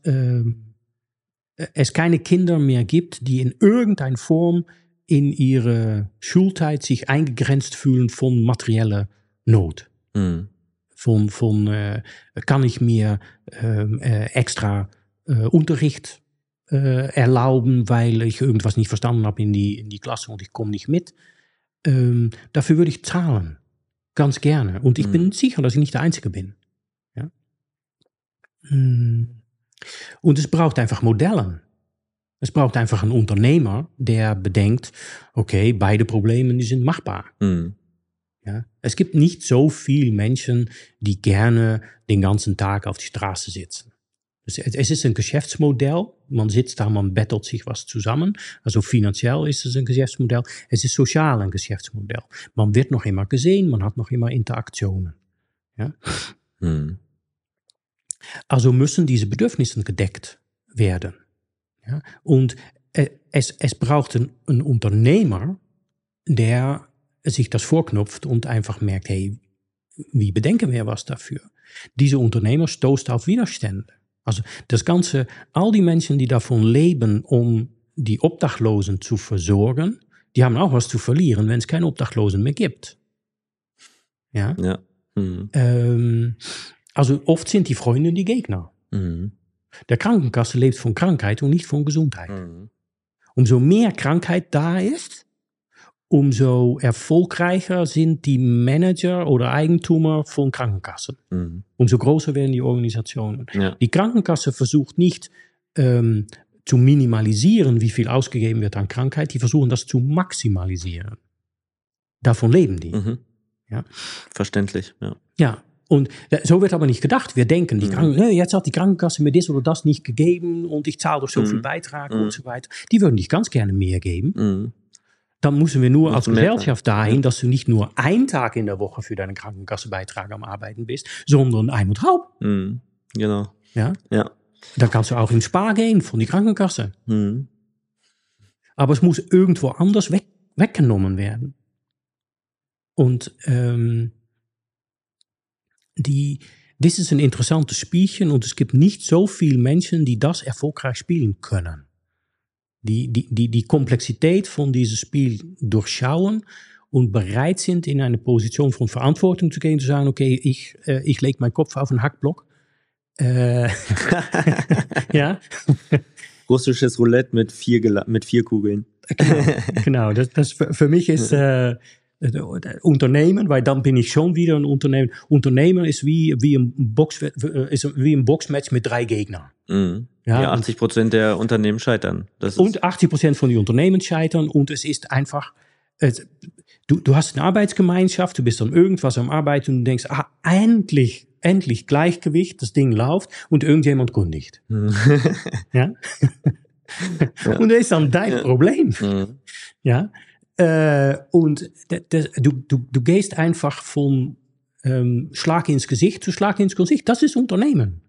Speaker 1: es keine Kinder mehr gibt, die in irgendeiner Form in ihre Schulzeit sich eingegrenzt fühlen von materieller Not. Mhm. Kann ich mir extra Unterricht erlauben, weil ich irgendwas nicht verstanden habe in die Klasse und ich komme nicht mit. Dafür würde ich zahlen. Ganz gerne. Und ich bin sicher, dass ich nicht der Einzige bin. Ja? Und es braucht einfach Modellen. Es braucht einfach einen Unternehmer, der bedenkt, okay, beide Probleme, die sind machbar. Mhm. Ja? Es gibt nicht so viele Menschen, die gerne den ganzen Tag auf die Straße sitzen. Es ist ein Geschäftsmodell, man sitzt da, man bettelt sich was zusammen. Also finanziell ist es ein Geschäftsmodell. Es ist sozial ein Geschäftsmodell. Man wird noch immer gesehen, man hat noch immer Interaktionen. Ja? Mhm. Also müssen diese Bedürfnisse gedeckt werden. Ja? Und es braucht einen Unternehmer, der sich das vorknopft und einfach merkt, hey, wie bedenken wir was dafür? Diese Unternehmer stoßt auf Widerstände. Also das Ganze, all die Menschen, die davon leben, um die Obdachlosen zu versorgen, die haben auch was zu verlieren, wenn es keine Obdachlosen mehr gibt. Ja. Ja. Mhm. Also oft sind die Freunde die Gegner. Mhm. Der Krankenkasse lebt von Krankheit und nicht von Gesundheit. Mhm. Umso mehr Krankheit da ist, umso erfolgreicher sind die Manager oder Eigentümer von Krankenkassen. Mhm. Umso größer werden die Organisationen. Ja. Die Krankenkasse versucht nicht zu minimalisieren, wie viel ausgegeben wird an Krankheit. Die versuchen das zu maximalisieren. Davon leben die. Mhm. Ja.
Speaker 2: Verständlich, ja.
Speaker 1: Ja, und so wird aber nicht gedacht. Wir denken, jetzt hat die Krankenkasse mir das oder das nicht gegeben und ich zahle doch so viel Beitrag und so weiter. Die würden dich ganz gerne mehr geben. Mhm. Dann müssen wir nur als Gesellschaft dahin, dass du nicht nur einen Tag in der Woche für deinen Krankenkassenbeitrag am Arbeiten bist, sondern 1,5.
Speaker 2: Mhm. Genau.
Speaker 1: Ja? Ja. Dann kannst du auch ins Spar gehen von die Krankenkasse. Mhm. Aber es muss irgendwo anders weggenommen werden. Und das ist ein interessantes Spielchen und es gibt nicht so viele Menschen, die das erfolgreich spielen können. Die Komplexität von diesem Spiel durchschauen und bereit sind, in eine Position von Verantwortung zu gehen, zu sagen, okay, ich lege meinen Kopf auf einen Hackblock. Ja.
Speaker 2: Russisches Roulette mit vier Kugeln.
Speaker 1: Genau. Das für mich ist Unternehmen, weil dann bin ich schon wieder ein Unternehmen. Unternehmen ist wie ein Boxmatch mit 3 Gegnern.
Speaker 2: Mhm. Ja, 80% der Unternehmen scheitern.
Speaker 1: Und 80% von den Unternehmen scheitern und es ist einfach, du hast eine Arbeitsgemeinschaft, du bist an irgendwas am Arbeiten und du denkst, endlich Gleichgewicht, das Ding läuft und irgendjemand kündigt. Ja? Und das ist dann dein Problem. Ja? Und du gehst einfach von Schlag ins Gesicht zu Schlag ins Gesicht. Das ist Unternehmen.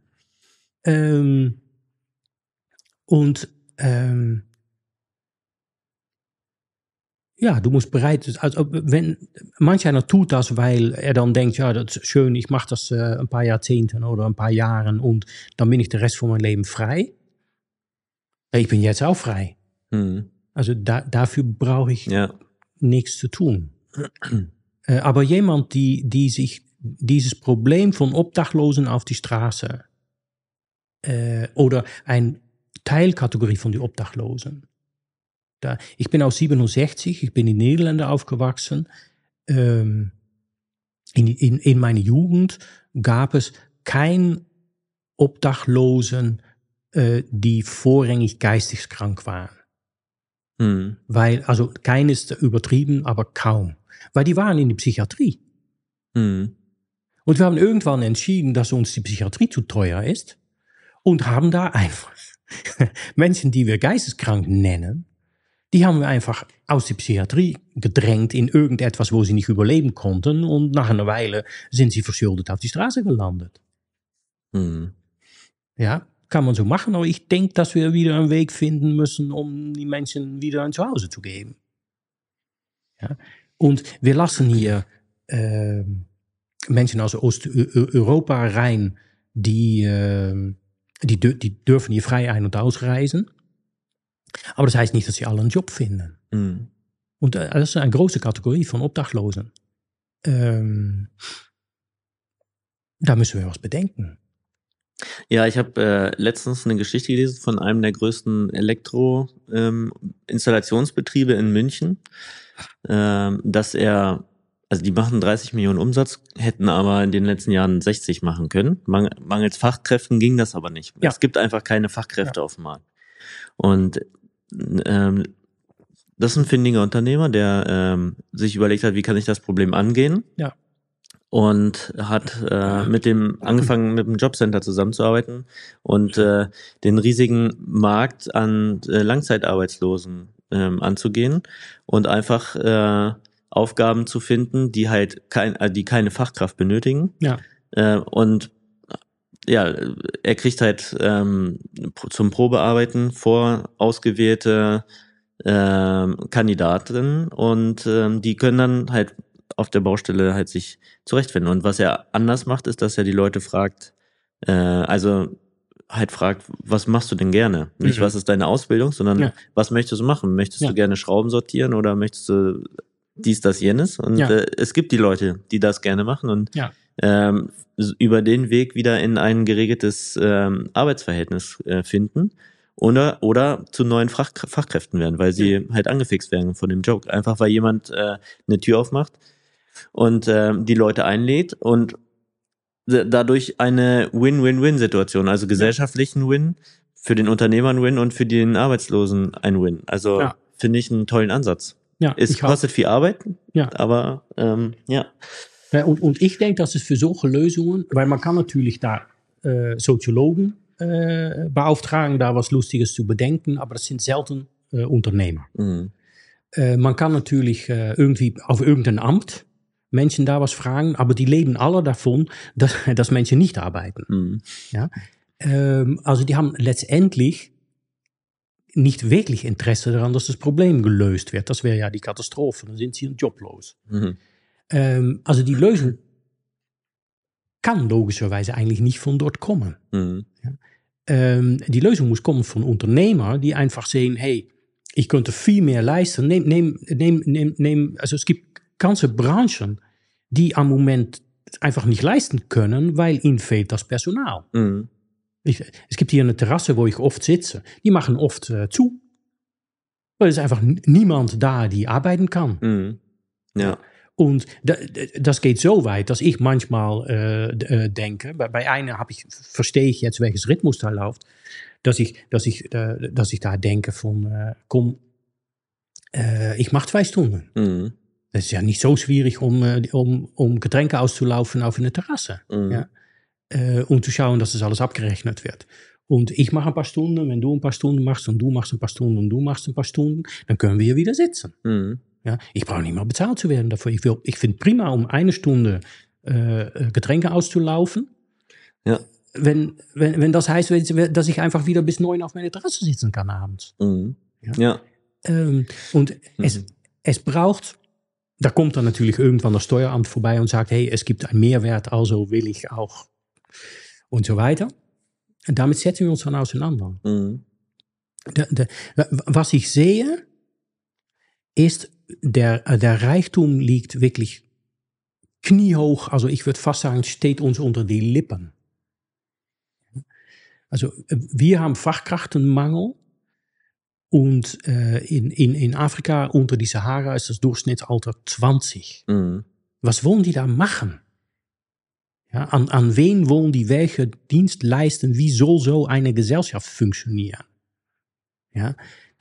Speaker 1: Ja, du musst bereit, also wenn manch einer tut das, weil er dann denkt, ja, das ist schön, ich mache das ein paar Jahrzehnten oder ein paar Jahren und dann bin ich den Rest von meinem Leben frei. Ich bin jetzt auch frei. Also dafür brauche ich nichts zu tun. Aber jemand, die sich dieses Problem von Obdachlosen auf die Straße oder eine Teilkategorie von den Obdachlosen. Ich bin aus 67, ich bin in Niederlanden aufgewachsen. In meiner Jugend gab es kein Obdachlosen, die vorrangig geistig krank waren. Weil, also keines übertrieben, aber kaum. Weil die waren in der Psychiatrie. Und wir haben irgendwann entschieden, dass uns die Psychiatrie zu teuer ist und haben da einfach Menschen, die wir geisteskrank nennen, die haben wir einfach aus der Psychiatrie gedrängt in irgendetwas, wo sie nicht überleben konnten und nach einer Weile sind sie verschuldet auf die Straße gelandet. Ja, kann man so machen, aber ich denke, dass wir wieder einen Weg finden müssen, um die Menschen wieder ein Zuhause zu geben. Ja? Und wir lassen hier Menschen aus Osteuropa rein, die dürfen hier frei ein- und ausreisen. Aber das heißt nicht, dass sie alle einen Job finden. Und das ist eine große Kategorie von Obdachlosen. Da müssen wir was bedenken.
Speaker 2: Ja, ich habe letztens eine Geschichte gelesen von einem der größten Elektro-Installationsbetriebe in München, dass also die machen 30 Millionen Umsatz, hätten aber in den letzten Jahren 60 machen können. Mangels Fachkräften ging das aber nicht. Ja. Es gibt einfach keine Fachkräfte auf dem Markt. Und das ist ein findiger Unternehmer, der sich überlegt hat, wie kann ich das Problem angehen? Ja. Und hat angefangen mit dem Jobcenter zusammenzuarbeiten und den riesigen Markt an Langzeitarbeitslosen anzugehen und einfach Aufgaben zu finden, die halt die keine Fachkraft benötigen. Ja. Und ja, er kriegt halt zum Probearbeiten vorausgewählte Kandidaten und die können dann halt auf der Baustelle halt sich zurechtfinden. Und was er anders macht, ist, dass er die Leute fragt, was machst du denn gerne? Nicht, was ist deine Ausbildung, sondern was möchtest du machen? Möchtest du gerne Schrauben sortieren oder möchtest du dies, das, jenes? Und es gibt die Leute, die das gerne machen und über den Weg wieder in ein geregeltes Arbeitsverhältnis finden oder zu neuen Fachkräften werden, weil sie halt angefixt werden von dem Job. Einfach weil jemand eine Tür aufmacht und die Leute einlädt und dadurch eine Win-Win-Win-Situation, also gesellschaftlichen Win, für den Unternehmer ein Win und für den Arbeitslosen ein Win. Also finde ich einen tollen Ansatz. Ja, es kostet viel Arbeit, aber ja.
Speaker 1: Und ich denke, dass es für solche Lösungen, weil man kann natürlich da Soziologen beauftragen, da was Lustiges zu bedenken, aber das sind selten Unternehmer. Man kann natürlich irgendwie auf irgendein Amt Menschen da was fragen, aber die leben alle davon, dass Menschen nicht arbeiten. Ja? Also die haben letztendlich nicht wirklich Interesse daran, dass das Problem gelöst wird. Das wäre ja die Katastrophe, dann sind sie joblos. Also die Lösung kann logischerweise eigentlich nicht von dort kommen. Ja? Die Lösung muss kommen von Unternehmern, die einfach sehen, hey, ich könnte viel mehr leisten. Also es gibt ganze Branchen, die am Moment einfach nicht leisten können, weil ihnen fehlt das Personal. Es gibt hier eine Terrasse, wo ich oft sitze. Die machen oft zu. Weil es ist einfach niemand da, die arbeiten kann.
Speaker 2: Ja.
Speaker 1: Und das geht so weit, dass ich manchmal denke, bei einer verstehe ich jetzt, welches Rhythmus da läuft, dass ich da denke von, komm, ich mache 2 Stunden.
Speaker 2: Mhm.
Speaker 1: Das ist ja nicht so schwierig, um Getränke auszulaufen auf eine Terrasse.
Speaker 2: Mhm.
Speaker 1: Ja? Um zu schauen, dass das alles abgerechnet wird. Und ich mache ein paar Stunden, wenn du ein paar Stunden machst und du machst ein paar Stunden und du machst ein paar Stunden, dann können wir hier wieder sitzen.
Speaker 2: Mhm.
Speaker 1: Ja? Ich brauche nicht mal bezahlt zu werden dafür. Ich finde prima, um 1 Stunde Getränke auszulaufen.
Speaker 2: Ja.
Speaker 1: Wenn das heißt, dass ich einfach wieder bis 9 auf meiner Terrasse sitzen kann abends.
Speaker 2: Mhm.
Speaker 1: Ja.
Speaker 2: Ja.
Speaker 1: Und es braucht, da kommt dann natürlich irgendwann das Steueramt vorbei und sagt, hey, es gibt einen Mehrwert, also will ich auch und so weiter. Und damit setzen wir uns dann auseinander.
Speaker 2: Mhm.
Speaker 1: Was ich sehe, ist, der Reichtum liegt wirklich kniehoch, also ich würde fast sagen, steht uns unter die Lippen. Also wir haben Fachkrachtenmangel. Und in Afrika unter die Sahara ist das Durchschnittsalter 20.
Speaker 2: Mhm.
Speaker 1: Was wollen die da machen? Ja, an wen wollen die welche Dienst leisten? Wie soll so eine Gesellschaft funktionieren? Ja,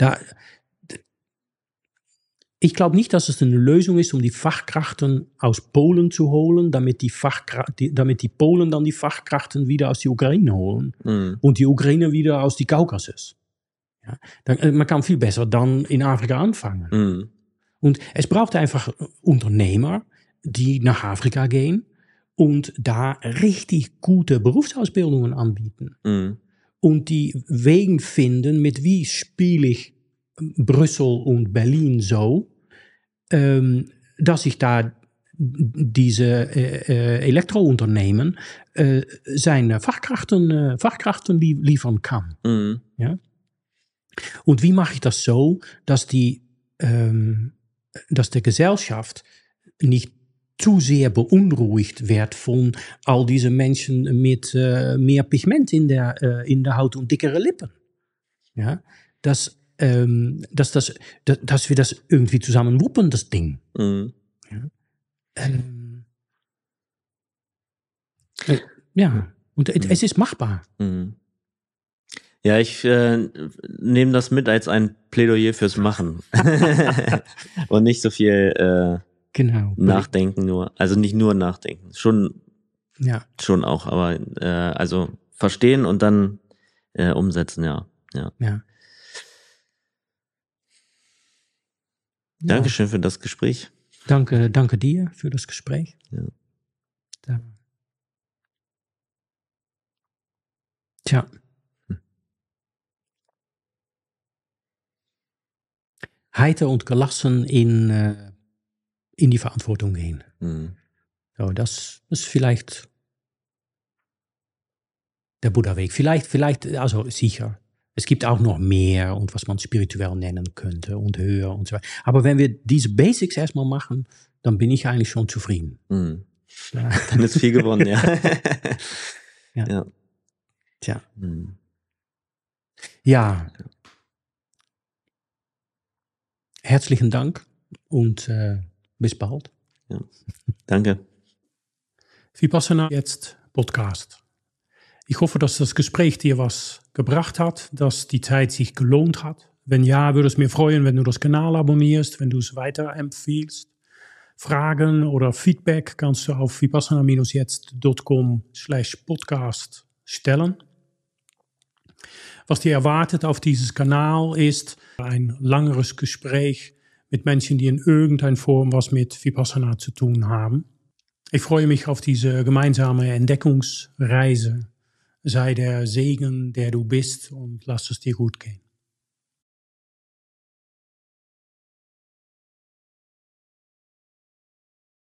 Speaker 1: ich glaube nicht, dass es eine Lösung ist, um die Fachkrachten aus Polen zu holen, damit die Polen dann die Fachkrachten wieder aus der Ukraine holen und die Ukraine wieder aus die Kaukasus. Ja, man kann viel besser dann in Afrika anfangen.
Speaker 2: Mhm.
Speaker 1: Und es braucht einfach Unternehmer, die nach Afrika gehen und da richtig gute Berufsausbildungen anbieten.
Speaker 2: Mhm.
Speaker 1: Und die Wege finden, mit wie spiele ich Brüssel und Berlin so, dass ich da diese Elektrounternehmen seine Fachkrachten liefern kann.
Speaker 2: Mhm.
Speaker 1: Ja? Und wie mache ich das so, dass der Gesellschaft nicht zu sehr beunruhigt wird von all diese Menschen mit mehr Pigment in der Haut und dickere Lippen? Ja, dass wir das irgendwie zusammen wuppen, das Ding.
Speaker 2: Mhm.
Speaker 1: Ja, und es ist machbar.
Speaker 2: Mhm. Ja, ich nehme das mit als ein Plädoyer fürs Machen. Und nicht so viel
Speaker 1: Genau.
Speaker 2: nachdenken nur. Also nicht nur nachdenken. Schon auch, aber also verstehen und dann umsetzen, ja. Dankeschön für das Gespräch.
Speaker 1: Danke dir für das Gespräch.
Speaker 2: Ja.
Speaker 1: Tja. Heiter und gelassen in die Verantwortung gehen.
Speaker 2: Mhm.
Speaker 1: So, das ist vielleicht der Buddha-Weg. Vielleicht, also sicher. Es gibt auch noch mehr und was man spirituell nennen könnte und höher und so weiter. Aber wenn wir diese Basics erstmal machen, dann bin ich eigentlich schon zufrieden.
Speaker 2: Mhm.
Speaker 1: Ja.
Speaker 2: Dann ist viel gewonnen, ja.
Speaker 1: Ja. Tja.
Speaker 2: Mhm.
Speaker 1: Ja. Herzlichen Dank und bis bald.
Speaker 2: Ja. Danke.
Speaker 3: Vipassana jetzt Podcast. Ich hoffe, dass das Gespräch dir was gebracht hat, dass die Zeit sich gelohnt hat. Wenn ja, würde es mir freuen, wenn du das Kanal abonnierst, wenn du es weiterempfiehlst. Fragen oder Feedback kannst du auf vipassana-jetzt.com/podcast stellen. Was dir erwartet auf dieses Kanal ist ein langeres Gespräch mit Menschen, die in irgendeiner Form was mit Vipassana zu tun haben. Ich freue mich auf diese gemeinsame Entdeckungsreise. Sei der Segen, der du bist, und lass es dir gut gehen.